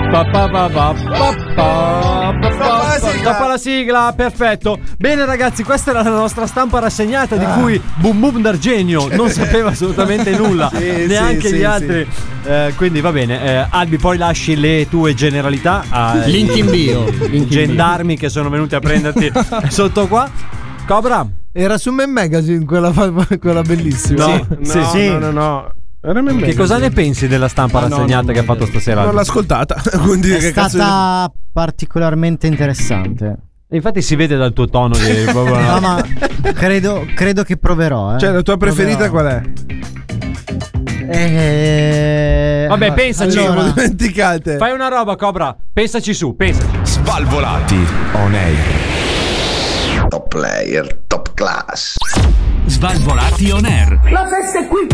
Stoppa la sigla, perfetto. Bene ragazzi, questa era la nostra stampa rassegnata di cui Bum D'Argenio non sapeva assolutamente nulla, neanche gli altri. Quindi va bene, Albi, poi lasci le tue generalità ai Link in bio. gendarmi che sono venuti a prenderti sotto qua. Cobra. Era su Man Magazine quella bellissima. No. Che cosa ne pensi della stampa rassegnata che ha fatto stasera? Non l'ho ascoltata. Quindi È che stata particolarmente interessante. Infatti si vede dal tuo tono che No, ma credo che proverò. Cioè, la tua preferita qual è? Vabbè, pensaci. Allora, dimenticate. Fai una roba, Cobra. Pensaci su, pensaci. Svalvolati on air. Top player, top class. Svalvolati on air. La festa è qui!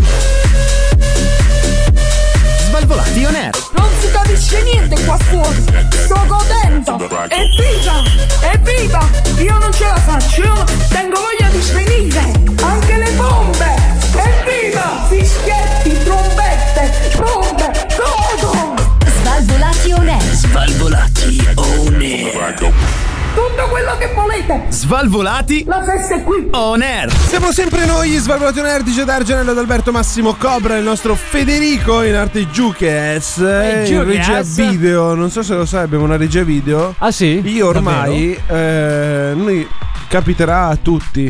Svalvolati on air. Non si capisce niente qua fuori! Sto godendo! Evviva! Evviva! Io non ce la faccio! Io tengo voglia di svenire! Anche le bombe! Evviva! Fischietti, trombette, bombe! Godo! Svalvolati on air. Svalvolati on air. Tutto quello che volete! Svalvolati La festa è qui! on air. Siamo sempre noi, Svalvolati on air, DJ D'Argenello, Adalberto, Massimo, Cobra, il nostro Federico in arte Giuches, in regia video. Non so se lo sai, abbiamo una regia video. Ah sì? Io ormai noi capiterà a tutti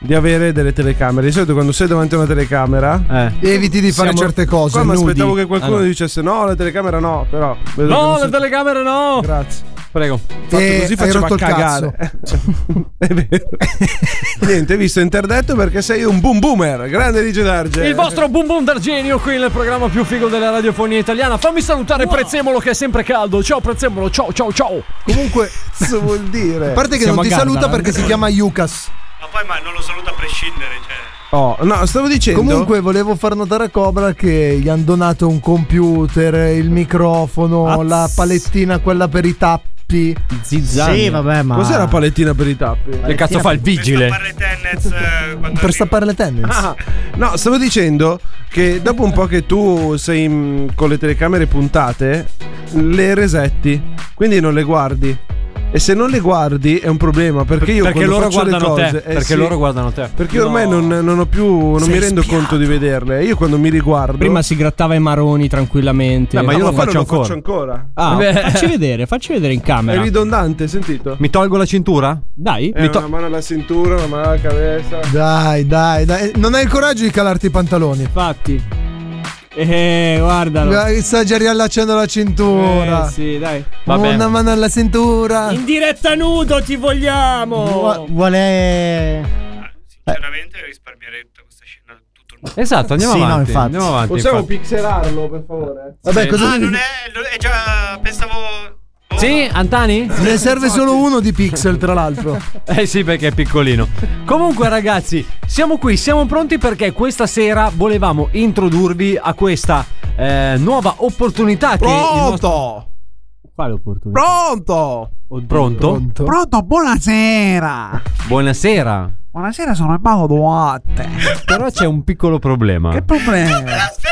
di avere delle telecamere. Di solito quando sei davanti a una telecamera eviti di fare certe cose. Qua mi aspettavo che qualcuno dicesse no, la telecamera no, però no, le telecamere no. Grazie. Prego. Fatto così faceva cagare. È vero. Niente, hai visto interdetto perché sei un boom boomer. Grande DJ Darge. Il vostro boom boom d'Argenio qui nel programma più figo della radiofonia italiana. Fammi salutare Prezzemolo che è sempre caldo. Ciao Prezzemolo, ciao. Comunque, cosa vuol dire? A parte che non ti saluta perché si chiama Yukas. Ma poi non lo saluta a prescindere, cioè. Oh, no, stavo dicendo. Comunque volevo far notare a Cobra che gli hanno donato un computer, il microfono, la palettina quella per i tappi. Zizzani. Sì, vabbè, ma cos'è la palettina per i tappi? Che cazzo fa il vigile? Per stappare le tennis. No, stavo dicendo che dopo un po' che tu sei con le telecamere puntate, le resetti, quindi non le guardi. E se non le guardi è un problema, perché io perché loro faccio guardano le cose, te. Perché loro guardano te. Perché io ormai non ho più. Non mi rendo conto di vederle. Io quando mi riguardo. Prima si grattava i maroni tranquillamente. Ma io lo faccio ancora. Facci vedere in camera. È ridondante, sentito? Mi tolgo la cintura? Dai. Una mano alla cintura, una mano alla cabeza. Dai. Non hai il coraggio di calarti i pantaloni. Infatti. Guardalo. Sta già riallacciando la cintura. Sì, dai. Una mano alla cintura. In diretta nudo ti vogliamo. Vuole. Sinceramente risparmierei tutta questa scena tutto il mondo. Esatto, andiamo avanti. Andiamo avanti. Possiamo pixelarlo, per favore? Vabbè, cosa non è già. Pensavo. Sì, Antani? Ne serve solo uno di pixel, tra l'altro. Sì, perché è piccolino. Comunque, ragazzi, siamo qui, siamo pronti perché questa sera volevamo introdurvi a questa nuova opportunità. Pronto! Quale opportunità? Pronto, buonasera. Buonasera. Buonasera, sono il mago Duarte. Però c'è un piccolo problema. Che problema?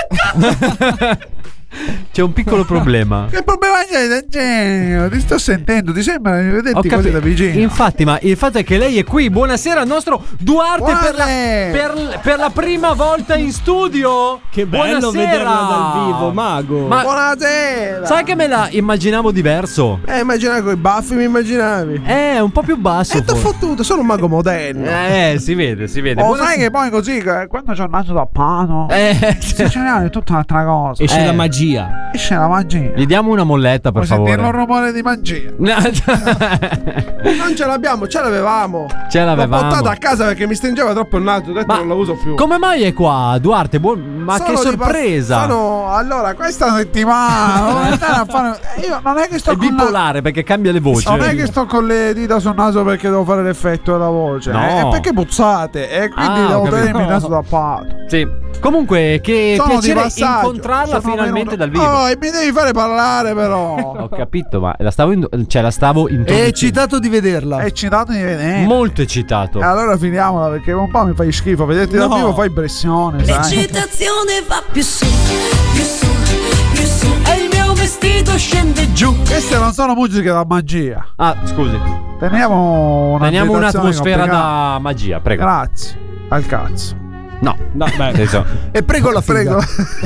C'è un piccolo problema. Che problema c'è, genio? Ti sto sentendo, ti sembra di vederti così da vicino. Infatti, ma il fatto è che lei è qui. Buonasera al nostro Duarte per la prima volta in studio. Che bello vederla dal vivo, mago. Ma buonasera. Sai che me la immaginavo diverso? Immaginavo con i baffi, mi immaginavi. Un po' più basso. T'ho fottuto, sono un mago moderno. Si vede. Sai che poi così, quando c'ho il naso tappato, è tutta un'altra cosa. Esce la magia. Esce la magia. Gli diamo una molletta, per favore. Sentire un rumore di magia. Non ce l'abbiamo, ce l'avevamo. L'ho portata a casa perché mi stringeva troppo il naso. Ho detto non la uso più. Come mai è qua, Duarte? Ma che sorpresa! Allora, questa settimana io non è che sto è bipolare perché cambia le voci. Non è che sto con le dita sul naso perché devo fare l'effetto della voce. No. È perché puzzate. E quindi devo tenermi il naso tappato. Sì. Comunque, che sono piacere incontrarla finalmente dal vivo. Oh, e mi devi fare parlare, però. Ho capito, ma la stavo introducendo. È eccitato di vederla. È eccitato di vederla. Molto eccitato. Allora finiamola perché un po' mi fai schifo. Vederti dal vivo fai impressione. L'eccitazione va più su, più su, più su. E il mio vestito scende giù. Queste non sono musiche da magia. Ah, scusi. Teniamo un'atmosfera da magia, prego. Grazie. Al cazzo. No, e prego la figa.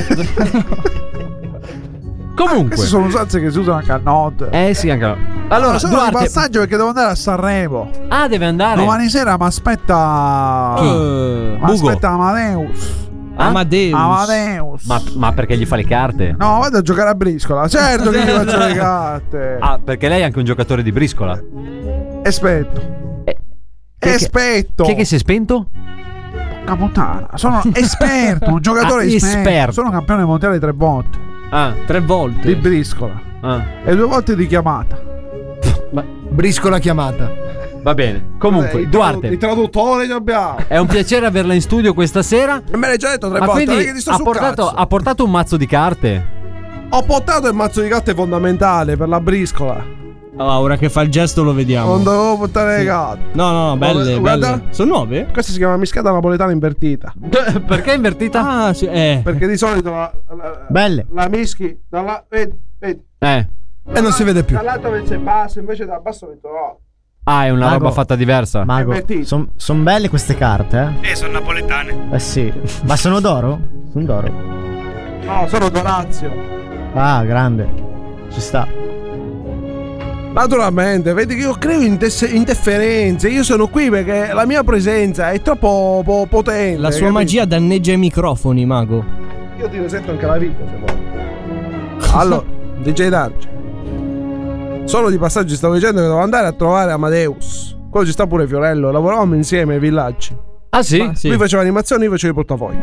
Comunque, queste sono usanze che si usano anche a notte. Sì, anche allora, sono Duarte... di passaggio perché devo andare a Sanremo. Ah, deve andare. Domani sera mi aspetta. Mi aspetta Amadeus. Amadeus. Ma perché gli fa le carte? No, vado a giocare a briscola. Certo che gli faccio le carte. Ah, perché lei è anche un giocatore di briscola. Esperto. Esperto. Chi è che si è spento? Puttana. Sono esperto, un giocatore esperto. Sono campione mondiale 3 volte. 3 volte di briscola. E 2 volte di chiamata. Briscola chiamata. Va bene. Comunque, Duarte, il traduttore che abbiamo. È un piacere averla in studio questa sera. Me l'hai già detto 3 volte. Quindi che ti sto ha portato un mazzo di carte. Ho portato il mazzo di carte fondamentale per la briscola. Ora che fa il gesto lo vediamo. Non dovevo portare le carte. No, belle, belle. Sono nuove? Questa si chiama mischiata napoletana invertita. Perché invertita? Sì, perché di solito belle. La mischi dalla. Vedi. E non si vede più. Dall'alto invece basso, invece dal basso metto no. È una roba fatta diversa. Mago, sono belle queste carte, sono napoletane. Sì. Ma sono d'oro? Sono d'oro. No, sono Dorazio. Ah, grande. Ci sta. Naturalmente, vedi che io creo interferenze. Io sono qui perché la mia presenza è troppo potente. La sua magia danneggia i microfoni, mago. Io ti resetto anche la vita se vuoi. Allora, DJ Darge, solo di passaggio stavo dicendo che devo andare a trovare Amadeus. Poi ci sta pure Fiorello. Lavoravamo insieme ai villaggi. Ah sì? Sì. Lui faceva animazioni, io facevo i portafogli.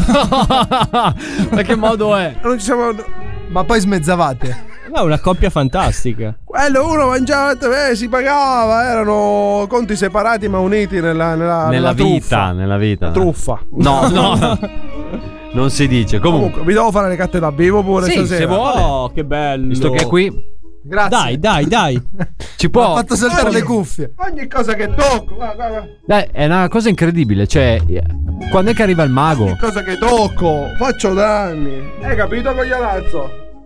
Ma che modo è? Non ci siamo. Ma poi smezzavate. No, una coppia fantastica. Quello uno mangiava, si pagava, erano conti separati ma uniti nella vita. Nella vita. Truffa. No. Non si dice. Comunque vi devo fare le carte da vivo pure sì, stasera. Se vuole. Oh, che bello. Visto che è qui. Grazie. Dai. Ci può. Ha fatto saltare le cuffie. Ogni cosa che tocco. Guarda. Dai, è una cosa incredibile. Cioè, quando è che arriva il mago? Ogni cosa che tocco, faccio danni. Hai capito, coglionazzo?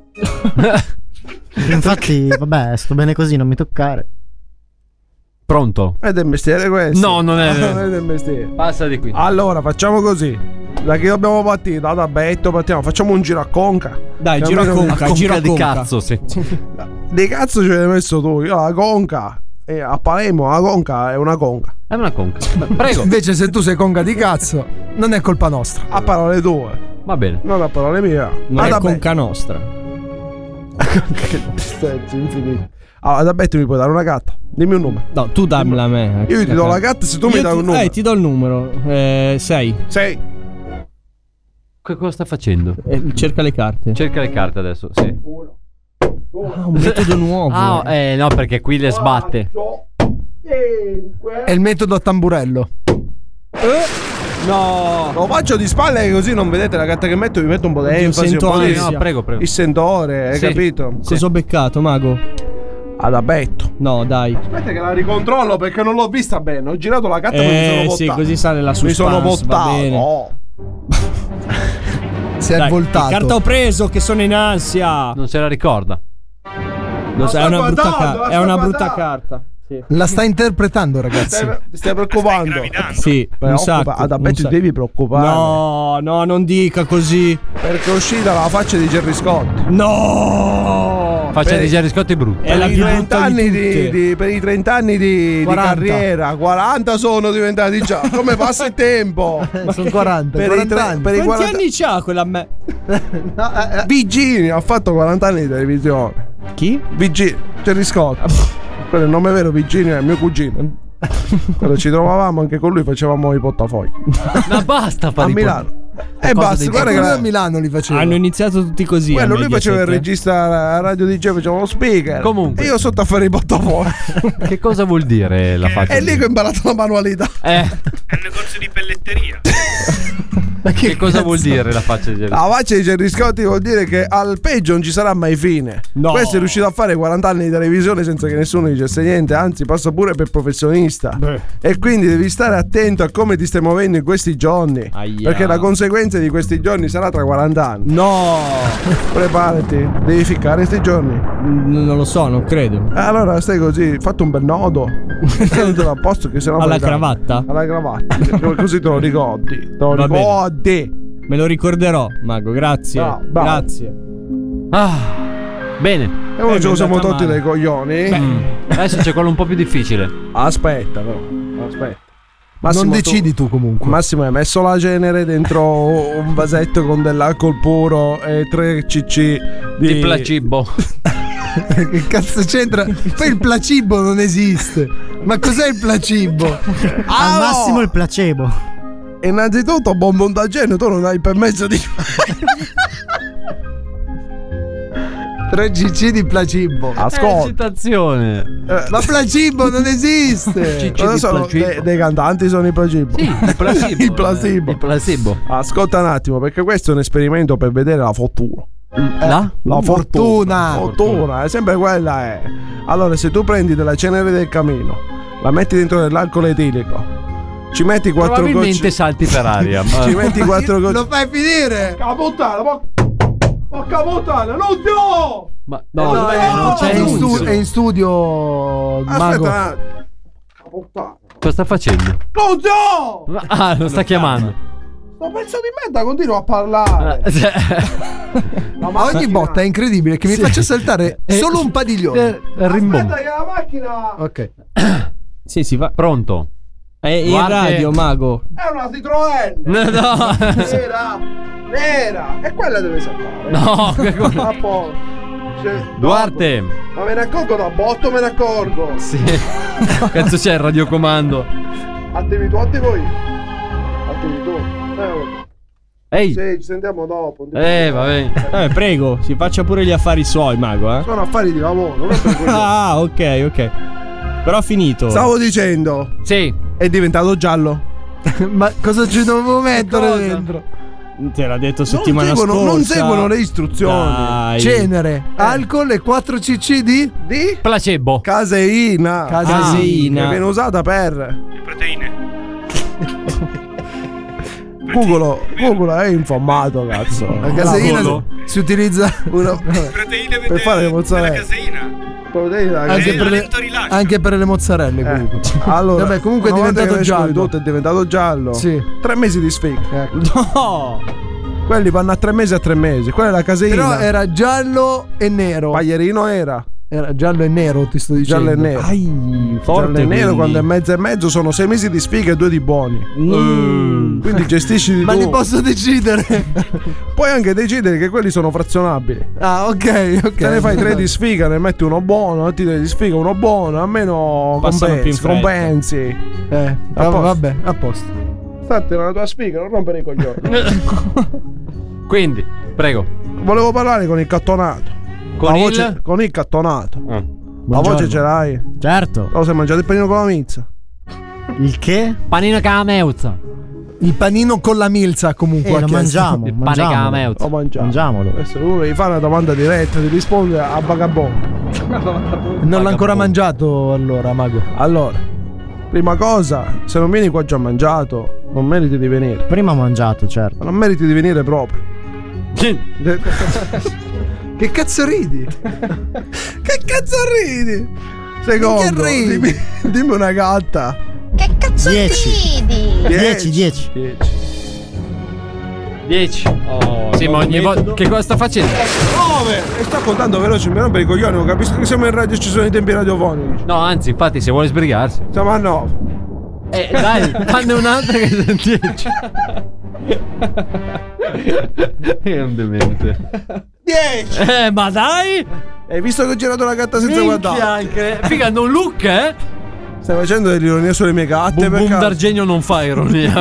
Infatti, vabbè, sto bene così, non mi toccare. Pronto? È del mestiere questo. No, non è del mestiere. Passa di qui. Allora, facciamo così. Da chi dobbiamo partire? Da Betto partiamo. Facciamo un giro a conca. Dai, giro a conca. Di cazzo, sì. Di cazzo ci hai messo tu. Io la conca. E a Palermo la conca è una conca. È una conca. Prego. Invece se tu sei conca di cazzo, non è colpa nostra. A parole tue. Va bene. Non a parole mie. Non è conca nostra. Che tristezza infinita. Allora, da Betto mi puoi dare una gatta? Dimmi un numero. No, tu dammela a me. Io ti do la gatta se tu mi dai un numero. Ti do il numero. 6. Che cosa sta facendo? Cerca le carte. Cerca le carte adesso, sì. Ah, un metodo nuovo. No, perché qui le sbatte. È il metodo a tamburello. No, lo faccio di spalle così non vedete la carta che metto, vi metto un po' di enfasi, un po' di... No, prego. Il sentore, hai capito? Cosa ho beccato, mago? Ad Abetto. No, dai. Aspetta che la ricontrollo perché non l'ho vista bene. Ho girato la carta e mi sono votato. Sì, così sale la suspense. Mi sono votato. Oh. Si è voltato. Che carta ho preso che sono in ansia? Non se la ricorda. È una brutta carta. Sì. La sta interpretando, ragazzi. Ti stai preoccupando? Sì, un sacco. Ad Abetto ti devi preoccupare. No, non dica così. Perché è uscita la faccia di Gerry Scott. No! Faccia di Gerry Scott è brutta. Per i 30 anni per i 30 anni di carriera, 40 sono diventati già. Come passa il tempo? Sono 40. Per 40 anni. Per Quanti anni c'ha quella me? Vigini ha fatto 40 anni di televisione. Chi? Vigini, Gerry Scott. Quello è il nome vero, Virginia, è mio cugino. Quando ci trovavamo anche con lui facevamo i portafogli. Ma basta fare a Milano. E basta, guarda che a Milano li faceva. Hanno iniziato tutti così. Quello lui faceva il regista a Radio DJ, faceva lo speaker. Comunque. E io sotto a fare i portafogli. Che cosa vuol dire la faccia? È lì che ho imparato la manualità. È un negozio di pelletteria. Che cosa vuol dire la faccia di Gerry Scott? La faccia di Gerry Scott vuol dire che al peggio non ci sarà mai fine. No. Questo è riuscito a fare 40 anni di televisione senza che nessuno dicesse niente, anzi passa pure per professionista. E quindi devi stare attento a come ti stai muovendo in questi giorni. Perché la conseguenza di questi giorni sarà tra 40 anni. No. Preparati, devi ficcare questi giorni. Non lo so, non credo. Allora stai così, fatto un bel nodo. Tenetelo a posto che sennò alla cravatta? Alla cravatta. Così te lo ricordi. Te lo ricordi. Me lo ricorderò, mago, grazie. Grazie. Bene. E ora ce lo siamo tolti dai coglioni. Adesso c'è quello un po' più difficile. Aspetta, però. Aspetta. Massimo, non decidi tu comunque. Massimo, hai messo la cenere dentro un vasetto con dell'alcol puro e 3 cc di placebo. Che cazzo c'entra? Poi il placebo non esiste. Ma cos'è il placebo? Al massimo il placebo. Innanzitutto, buon montaggino, tu non hai il permesso di 3 cc di placebo. Ascolta. Citazione. Ma placebo non esiste. Cosa sono? Dei cantanti sono i placebo. Sì, il placebo. Il placebo. Il placebo. Ascolta un attimo, perché questo è un esperimento per vedere la fortuna. La fortuna è sempre quella è. Allora, se tu prendi della cenere del camino, la metti dentro dell'alcol etilico, ci metti 4 gocce. Probabilmente salti per aria. Ci metti 4 gocce. Lo fai finire. Porca puttana, non dio! Ma no, non c'è è in studio. Aspetta. Cosa sta facendo? Non dio! Lo sta chiamando. Sto pezzo di merda continua a parlare. Ma ogni botta è incredibile che mi faccia saltare solo un padiglione. Aspetta che la macchina Ok. Sì, si va. Pronto? È in radio, mago. è una Citroën. No. Nera. E quella deve saltare. No, A posto. Cioè, Duarte. ma me ne accorgo da botto, me ne accorgo. Sì. Cazzo c'è il radiocomando? Attivi tu, attivo io. Attivi tu. Ehi. Sì, ci sentiamo dopo. Vabbè. Prego, si faccia pure gli affari suoi, mago, Sono affari di lavoro, non è per quello. Ah, ok. Però ha finito. Stavo dicendo. Sì. È diventato giallo. Ma cosa ci dovevo mettere dentro? Te l'ha detto settimana scorsa. Non seguono le istruzioni. Dai. Cenere, alcol e 4 cc di placebo. Caseina. Caseina. Che viene usata per Le proteine. Google è informato, cazzo. La caseina si utilizza Proteine per fare le mozzarella. La caseina. anche per le mozzarelle comunque. Allora, vabbè, comunque è diventato giallo. Tutto è diventato giallo. Sì. 3 mesi di sfiga. No. Quelli vanno a 3 mesi a 3 mesi. Quella è la caseina. Però era giallo e nero. Paglierino era giallo e nero, ti sto dicendo. Giallo e nero. Forte, giallo e nero, quindi. quando è mezzo e mezzo sono 6 mesi di sfiga e 2 di buoni. Quindi gestisci di Ma tu. li posso decidere? Puoi anche decidere che quelli sono frazionabili. Ah, ok. Se ne fai 3 di sfiga, ne metti uno buono, metti 3 di sfiga, uno buono, almeno Passano più in fretta. compensi. Vabbè, a posto. State nella tua sfiga, non rompere i coglioni. Quindi, prego. Volevo parlare con il cattonato. Con Con il cattonato. La Buongiorno. voce ce l'hai? Certo. Lo sei mangiato il panino con la mizza? Il che? Panino con la meuzza. Il panino con la milza comunque. Lo mangiamo. Il pane con la meuzza. Mangiamolo. Adesso uno gli fa una domanda diretta, ti risponde a vagabondo. Non l'ha ancora mangiato allora, mago. Allora, prima cosa, se non vieni qua già mangiato, non meriti di venire. Prima ho mangiato, certo. Ma non meriti di venire proprio. Che cazzo ridi? Che cazzo ridi? Secondo, Che ridi? dimmi una gatta. Che cazzo 10. ridi? 10. 10. Sì, ma ogni volta. Che cosa sta facendo? Dove? E sto contando veloce, mi rompe i coglioni, non capisco che siamo in radio e ci sono i tempi radiofonici. No, anzi, infatti, se vuole sbrigarsi. Siamo a 9. Dai, fanne un'altra che sono 10. È un demente. 10. Ma dai! Hai visto che ho girato la gatta senza guardare? Anche. Figa, non look, eh? Stai facendo dell'ironia sulle mie gatte? Boom Boom d'Argenio non fa ironia.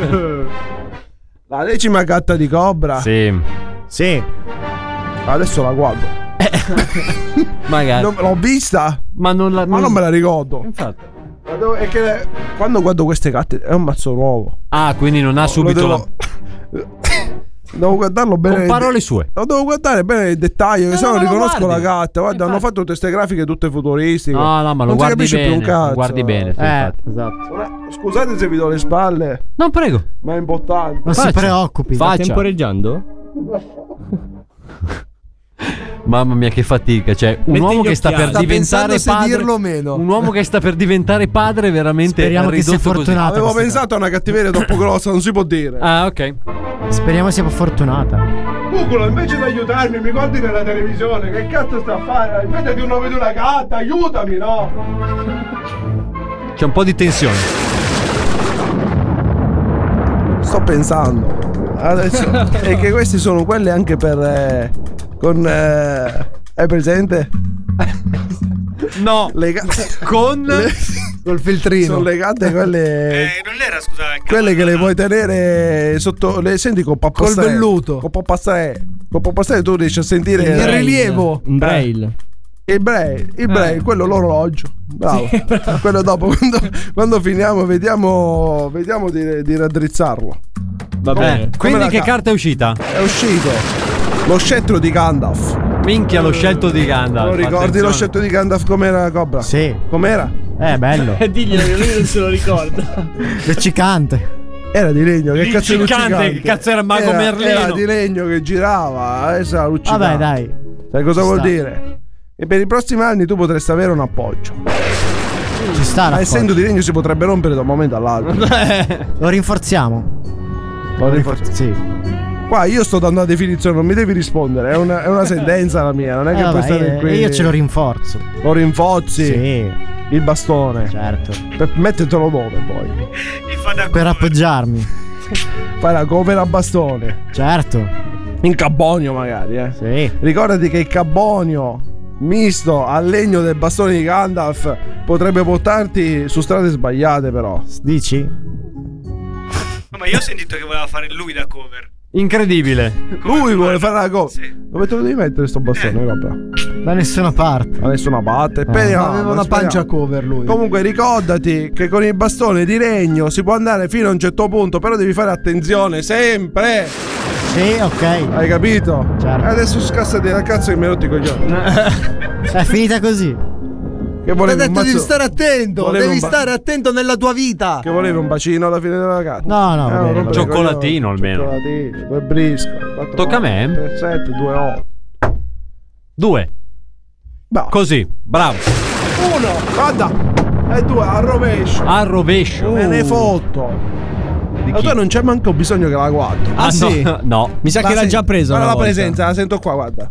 La 10ª gatta di Cobra. Sì. Adesso la guardo. Magari. L'ho vista, ma non me la ricordo. Infatti. È che quando guardo queste gatte è un mazzo nuovo. Ah, quindi non ha subito Devo guardarlo bene. Con parole sue. Lo devo guardare bene nel dettaglio, che se no non riconosco la gatta. Guarda, hanno fatto tutte queste grafiche tutte futuristiche. No, ma lo non guardi si capisce bene. più un cazzo. Lo guardi bene, sì, infatti. Esatto. Scusate se vi do le spalle. No, prego. Ma è importante. Non si preoccupi. Sta temporeggiando? Mamma mia, che fatica. Cioè, un uomo che sta per diventare padre. Dirlo o meno. Un uomo che sta per diventare padre, veramente. Speriamo che sia ridotto fortunato. Avevo pensato a una cattiveria troppo grossa, non si può dire. Ah, ok. Speriamo sia fortunata. Cuculo, invece di aiutarmi, mi guardi nella televisione. Che cazzo sta a fare? Invece un nome di una gatta, aiutami, no? C'è un po' di tensione. Sto pensando. Adesso è che questi sono quelli anche per hai presente? No. Col filtrino. Sono legate quelle. Non era, scusa. Quelle che le puoi tenere sotto. Le senti con Col velluto. Con pappastrello tu riesci a sentire il rilievo. Un braille. Il braille, quello l'orologio. Bravo. Quello dopo, quando finiamo, vediamo di raddrizzarlo. Va bene. Quindi che carta è uscita? È uscito lo scettro di Gandalf. Minchia, lo scelto di Gandalf. Lo ricordi attenzione. lo scettro di Gandalf com'era, Cobra? Sì. Com'era? Bello. Diglielo che lui non se lo ricorda. Luccicante. Era di legno, che cazzo è luccicante? Che cazzo era Mago Merlino? Era di legno che girava, adesso era luccicante. Vabbè, dai. Sai cosa vuol dire? E per i prossimi anni tu potresti avere un appoggio. Ci sta. Ma essendo di legno si potrebbe rompere da un momento all'altro. Lo rinforziamo. Lo rinforzi. Sì. Qua io sto dando una definizione, non mi devi rispondere. È una sentenza la mia, non è che puoi stare qui. Io ce lo rinforzo. Lo rinforzi? Sì. Il bastone. Certo. Mettetelo dove poi? Per appoggiarmi. Fai la cover a bastone. Certo. In carbonio magari, Sì. Ricordati che il carbonio misto al legno del bastone di Gandalf potrebbe portarti su strade sbagliate, però. Dici? No, ma io ho sentito che voleva fare lui da cover. Incredibile. Lui vuole fare la cover. Sì. Dove te lo devi mettere sto bastone? Vabbè. Da nessuna parte. Da nessuna parte. Aveva una pancia cover lui. Comunque ricordati che con il bastone di legno si può andare fino a un certo punto, però devi fare attenzione sempre. Sì, ok. Hai capito? Certo. Adesso scassati la cazzo che mi rotti i coglioni. È finita così. Che Ti ho detto devi stare attento. Devi stare attento nella tua vita. Che volevi un bacino alla fine della ragazza? No. Cioccolatino almeno. Cioccolatino, 2 brisco. Tocca a me? 3, 7, 2, 8. 2. Così, bravo. 1, guarda. E 2, a rovescio. A rovescio. Me ne fotto. Ma tu non c'è manco bisogno che la guardo. Ah, sì? No. Mi sa che l'ha già presa. Guarda la volta. presenza, la sento qua, guarda.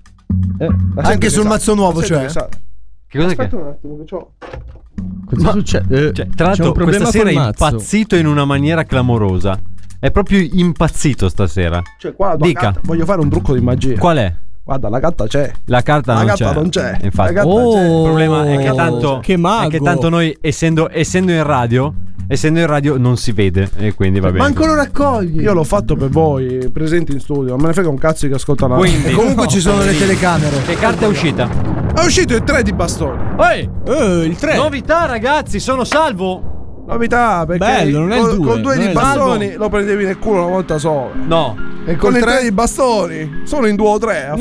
Anche sul mazzo nuovo, cioè. Che cosa Aspetta un attimo che c'ho. Cosa succede? Cioè, tra l'altro questa sera è impazzito in una maniera clamorosa. È proprio impazzito stasera. Cioè, qua la tua Dica. gatta, voglio fare un trucco di magia. Qual è? Guarda, la gatta c'è. La carta La non gatta c'è. non c'è. Infatti. La gatta c'è. Il problema è che tanto che mago. è che tanto noi essendo in radio non si vede e quindi va bene. Manco lo raccogli. Io l'ho fatto per voi presenti in studio. Non me ne frega un cazzo che ascoltano. Quindi, E comunque ci sono le telecamere. Che carta è uscita? È uscito il 3 di bastoni. Il 3. Novità, ragazzi, sono salvo. Novità, perché bello, non è il 2. con 2 di bastoni lo prendevi nel culo una volta sola. No. E con il 3 di bastoni sono in 2 o 3.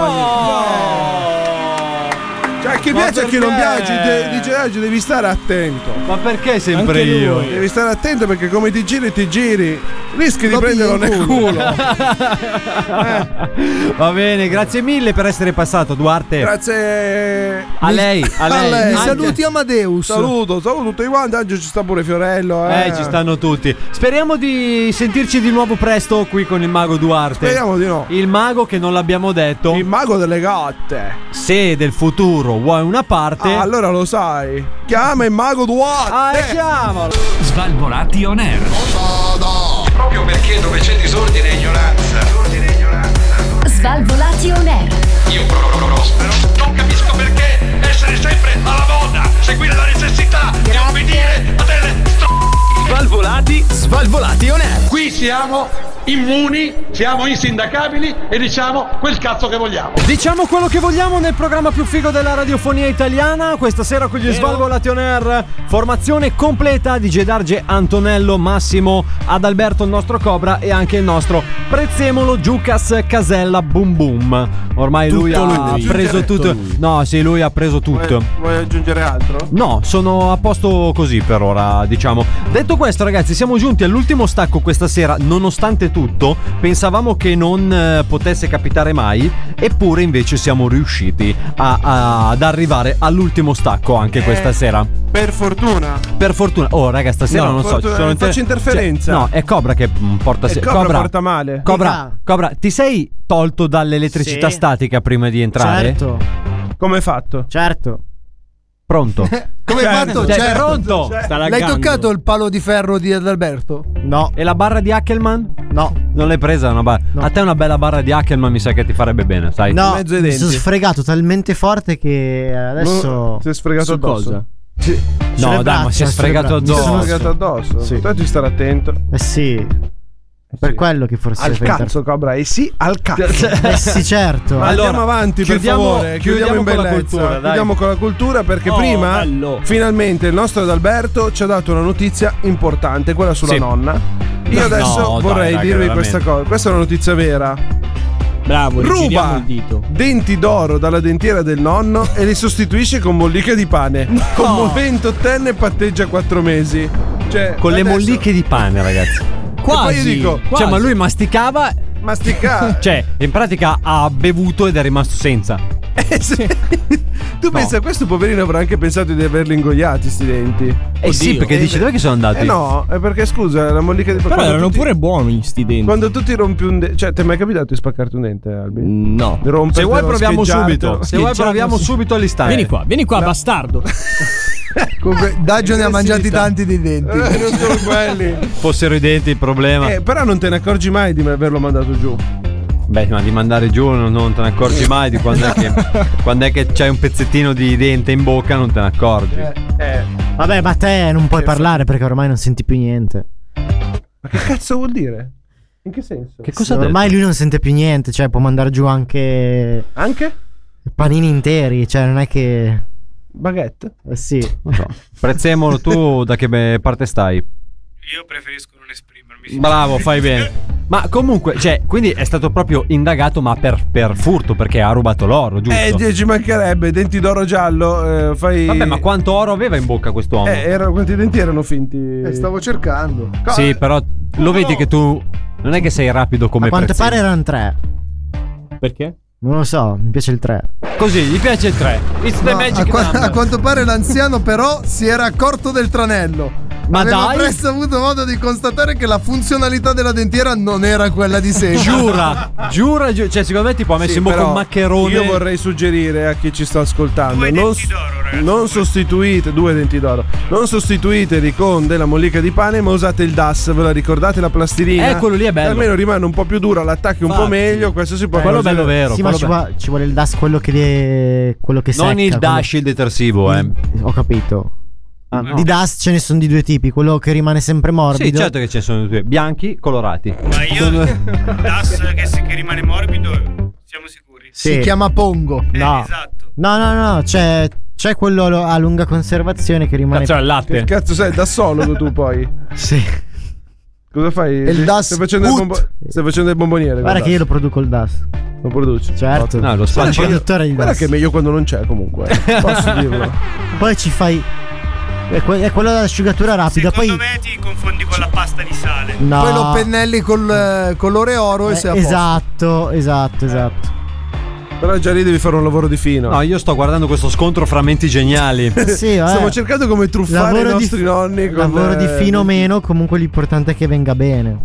Cioè, a chi piace e a chi non piace, dice oggi devi stare attento. Ma perché sempre Anche io? lui. Devi stare attento perché come ti giri, rischi di prenderlo nel culo. Va bene, grazie mille per essere passato, Duarte. Grazie A lei. Mi Anche- saluti Amadeus. Saluto tutti quanti. Oggi ci sta pure Fiorello. Ci stanno tutti. Speriamo di sentirci di nuovo presto qui con il mago Duarte. Speriamo di no. Il mago che non l'abbiamo detto. Il mago delle gatte. Se del futuro vuoi una parte. Allora lo sai. Chiama il mago Duarte. Chiamalo. Svalvolati on air. Proprio perché dove c'è disordine e ignoranza. Svalvolati on air. Io prospero. Non capisco perché essere sempre alla moda, seguire la necessità di obbedire a delle Svalvolati on air. Qui siamo immuni, siamo insindacabili e diciamo quel cazzo che vogliamo. Diciamo quello che vogliamo nel programma più figo della radiofonia italiana. Questa sera con gli Svalvolati on air. Formazione completa di Gedarge, Antonello, Massimo, Adalberto il nostro Cobra e anche il nostro Prezzemolo Giucas Casella Boom Boom. Ormai lui ha preso tutto. No, sì, lui ha preso tutto. Vuoi aggiungere altro? No, sono a posto così per ora, diciamo. Detto questo, ragazzi, siamo giunti all'ultimo stacco questa sera. Nonostante tutto, pensavamo che non potesse capitare mai, eppure invece siamo riusciti ad arrivare all'ultimo stacco anche questa sera. Per fortuna. Per fortuna. Oh, raga, stasera No, non so. fortuna, ci sono faccio interferenza. no, è Cobra che porta. E Cobra porta male. Cobra, ti sei tolto dall'elettricità Sì. statica prima di entrare? Certo. Come hai fatto? Certo. Pronto? Come hai fatto? Cioè, Certo. pronto? L'hai toccato il palo di ferro di Adalberto? No. E la barra di Hackelman? No. Non l'hai presa una barra? No. A te una bella barra di Hackelman mi sa che ti farebbe bene, sai? No, mezzo ai mi denti. sono sfregato talmente forte che adesso. Si è sfregato Su addosso. cosa? No, dai, ma braccia, si è sulle sfregato braccia. Si è addosso. sfregato addosso. Sì. Tu devi stare attento. Sì. È per quello che forse Al fai cazzo, Cobra. E sì, al cazzo. Sì, certo. Ma Allora, andiamo avanti, per favore. Chiudiamo in con la bellezza. cultura, dai. Chiudiamo con la cultura perché Oh, prima, bello. finalmente, il nostro Adalberto ci ha dato una notizia importante, quella sulla Sì. nonna. Io adesso No, dai, vorrei raga, dirvi veramente. questa cosa. Questa è una notizia vera. Bravo, giriamo Ruba il dito. denti d'oro dalla dentiera del nonno e li sostituisce con molliche di pane. Commovente ottenne e patteggia 4 mesi. Cioè, Con le adesso- molliche di pane, ragazzi. poi io dico, Cioè, ma lui masticava. masticare. Cioè, in pratica ha bevuto ed è rimasto senza. Tu pensa, questo poverino avrà anche pensato di averli ingoiati sti denti. Sì, perché dici dove che sono andati? No, è perché scusa, la mollica di Però erano pure buoni sti denti. Quando tu ti rompi un dente, cioè ti è mai capitato di spaccarti un dente, Albi? No. Se vuoi proviamo subito. Se vuoi proviamo subito all'istante. Vieni qua, bastardo. Comunque Daggio ne ha mangiati tanti di denti. Non sono quelli. Fossero i denti il problema. Però non te ne accorgi mai di averlo mandato giù. Beh, ma di mandare giù non te ne accorgi mai di quando è che c'hai un pezzettino di dente in bocca, non te ne accorgi. Vabbè, ma te non puoi parlare perché ormai non senti più niente. Ma che cazzo vuol dire? In che senso? Che cosa ha ormai detto? lui non sente più niente, cioè può mandare giù anche panini interi, cioè non è che baguette? Sì. Non so. Prezzemolo, tu da che parte stai? Io preferisco non esprimermi. Bravo, fai bene. Ma comunque, cioè, quindi è stato proprio indagato, ma per furto, perché ha rubato l'oro, giusto? Ci mancherebbe, denti d'oro giallo, fai... Vabbè, ma quanto oro aveva in bocca quest'uomo? Quanti denti erano finti? Stavo cercando. Sì, però lo vedi che tu non è che sei rapido come a quanto Prezzemolo. pare erano 3. Perché? Non lo so, mi piace il 3. Così, gli piace il 3. It's the magic number. A quanto pare l'anziano però si era accorto del tranello. Ma aveva dai, presto avuto modo di constatare che la funzionalità della dentiera non era quella di sempre. Giura, cioè secondo me tipo ha messo in bocca un maccherone. Io vorrei suggerire a chi ci sta ascoltando, non sostituite 2 denti d'oro. Non sostituiteli con della mollica di pane, ma usate il DAS, ve la ricordate, la plastilina? Quello lì è bello. Almeno rimane un po' più duro, l'attacchi un po' meglio, questo si può quello bello vero. Sì, ma ci vuole il DAS, quello che secca. Non il dash, il detersivo, Ho capito. No. Di DAS ce ne sono di 2 tipi, quello che rimane sempre morbido. Sì, certo che ce ne sono 2, bianchi, colorati. Ma io DAS che rimane morbido, siamo sicuri? Si chiama Pongo. No. Esatto. No, c'è quello a lunga conservazione che rimane. Cazzo, al latte. Che cazzo sei, dassologo tu poi? Sì. Cosa fai? Il DAS stai facendo il bomboniere. Guarda che io lo produco il DAS. Lo produci? Certo. No, lo spaccio. Il produttore di Guarda DAS. che è meglio quando non c'è comunque. Posso dirlo. Poi ci fai. È quello dell'asciugatura rapida. Secondo poi me ti confondi con la pasta di sale. no. Poi lo pennelli col colore oro e sei a posto. Esatto. Però già lì devi fare un lavoro di fino. No, io sto guardando questo scontro fra menti geniali. Sì, stiamo cercando come truffare i nostri nonni. Lavoro di fino o meno, comunque l'importante è che venga bene.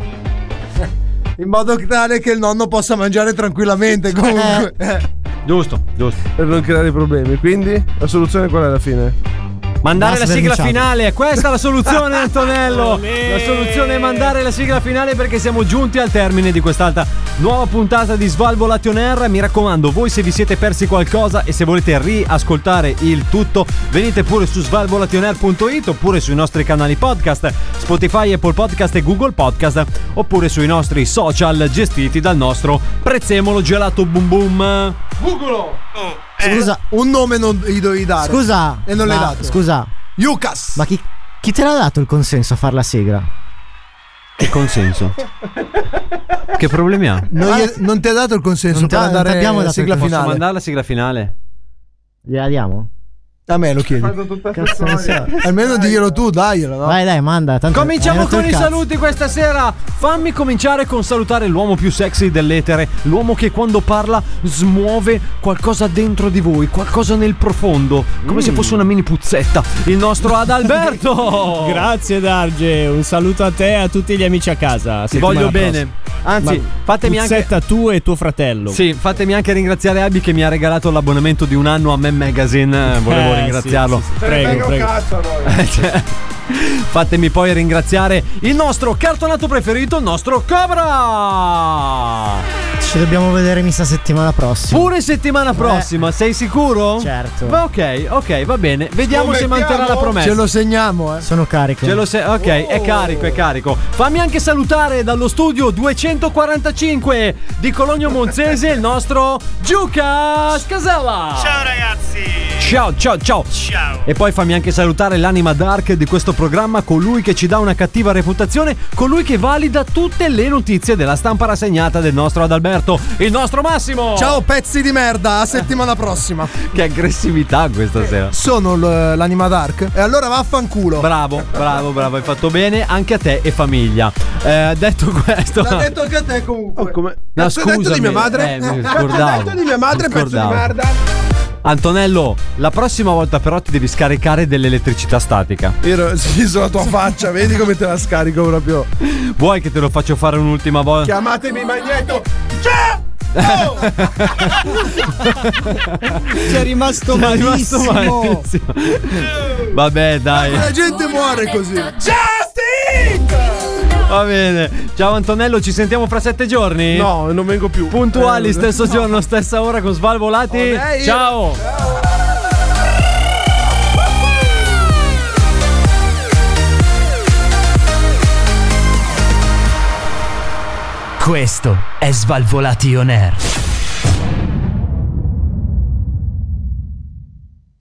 In modo tale che il nonno possa mangiare tranquillamente. Comunque. Giusto. Per non creare problemi. Quindi la soluzione qual è alla fine? Mandare la sigla verniciato. finale, questa è la soluzione, Antonello. La soluzione è mandare la sigla finale, perché siamo giunti al termine di quest'altra nuova puntata di Svalvolati On Air. Mi raccomando, voi se vi siete persi qualcosa e se volete riascoltare il tutto, venite pure su svalvolationair.it oppure sui nostri canali podcast, Spotify, Apple Podcast e Google Podcast, oppure sui nostri social gestiti dal nostro Prezzemolo Gelato Boom Boom. Googolo! Scusa, un nome non gli dovevi dare. Scusa. E non l'hai dato. Scusa. Yucas. Ma chi te l'ha dato il consenso a far la sigla? Che consenso? Che problemi ha? Non ti ha dato il consenso per andare la sigla finale. Posso mandare la sigla finale? Gliela diamo? A me lo chiedi. Cazzo ne so. Almeno diglielo tu, daglielo, no? Dai, manda. Tanto Cominciamo hai rotto con il i cazzo. saluti questa sera. Fammi cominciare con salutare l'uomo più sexy dell'etere, l'uomo che quando parla smuove qualcosa dentro di voi, qualcosa nel profondo, come se fosse una mini puzzetta. Il nostro Adalberto. Grazie Darge, un saluto a te e a tutti gli amici a casa. Ti voglio bene. Anzi, fatemi anche puzzetta tu e tuo fratello. Sì, fatemi anche ringraziare Abby che mi ha regalato l'abbonamento di un anno a Me Magazine. Volevo ringraziarlo. Sì. Prego. Fatemi poi ringraziare il nostro cartonato preferito, il nostro Cobra. Ci dobbiamo vedere, mi sa, settimana prossima. Pure settimana prossima, sei sicuro? Certo. Ok, va bene. Vediamo se manterrà la promessa. Ce lo segniamo, Sono carico. Ok, è carico. Fammi anche salutare dallo studio 245 di Cologno Monzese il nostro Giuca Scasella. Ciao ragazzi. Ciao. E poi fammi anche salutare l'anima dark di questo programma, colui che ci dà una cattiva reputazione, colui che valida tutte le notizie della stampa rassegnata del nostro Adalberto, il nostro Massimo. Ciao pezzi di merda, a settimana prossima. Che aggressività questa sera. Sono l'anima dark e allora vaffanculo. Bravo, hai fatto bene, anche a te e famiglia. Detto questo, l'ha detto anche a te comunque. Come? No, Cazzo hai detto di mia madre? mi scordavo. Hai detto di mia madre, pezzo di merda. Antonello, la prossima volta però ti devi scaricare dell'elettricità statica. Io sulla tua faccia, vedi come te la scarico proprio. Vuoi che te lo faccio fare un'ultima volta? Chiamatemi Magneto. Ciao! Oh! Ci è rimasto malissimo. Vabbè, dai. La gente muore così. Va bene. Ciao Antonello, ci sentiamo fra 7 giorni? No, non vengo più. Puntuali, stesso giorno, stessa ora con Svalvolati. Ciao. Questo è Svalvolati On Air.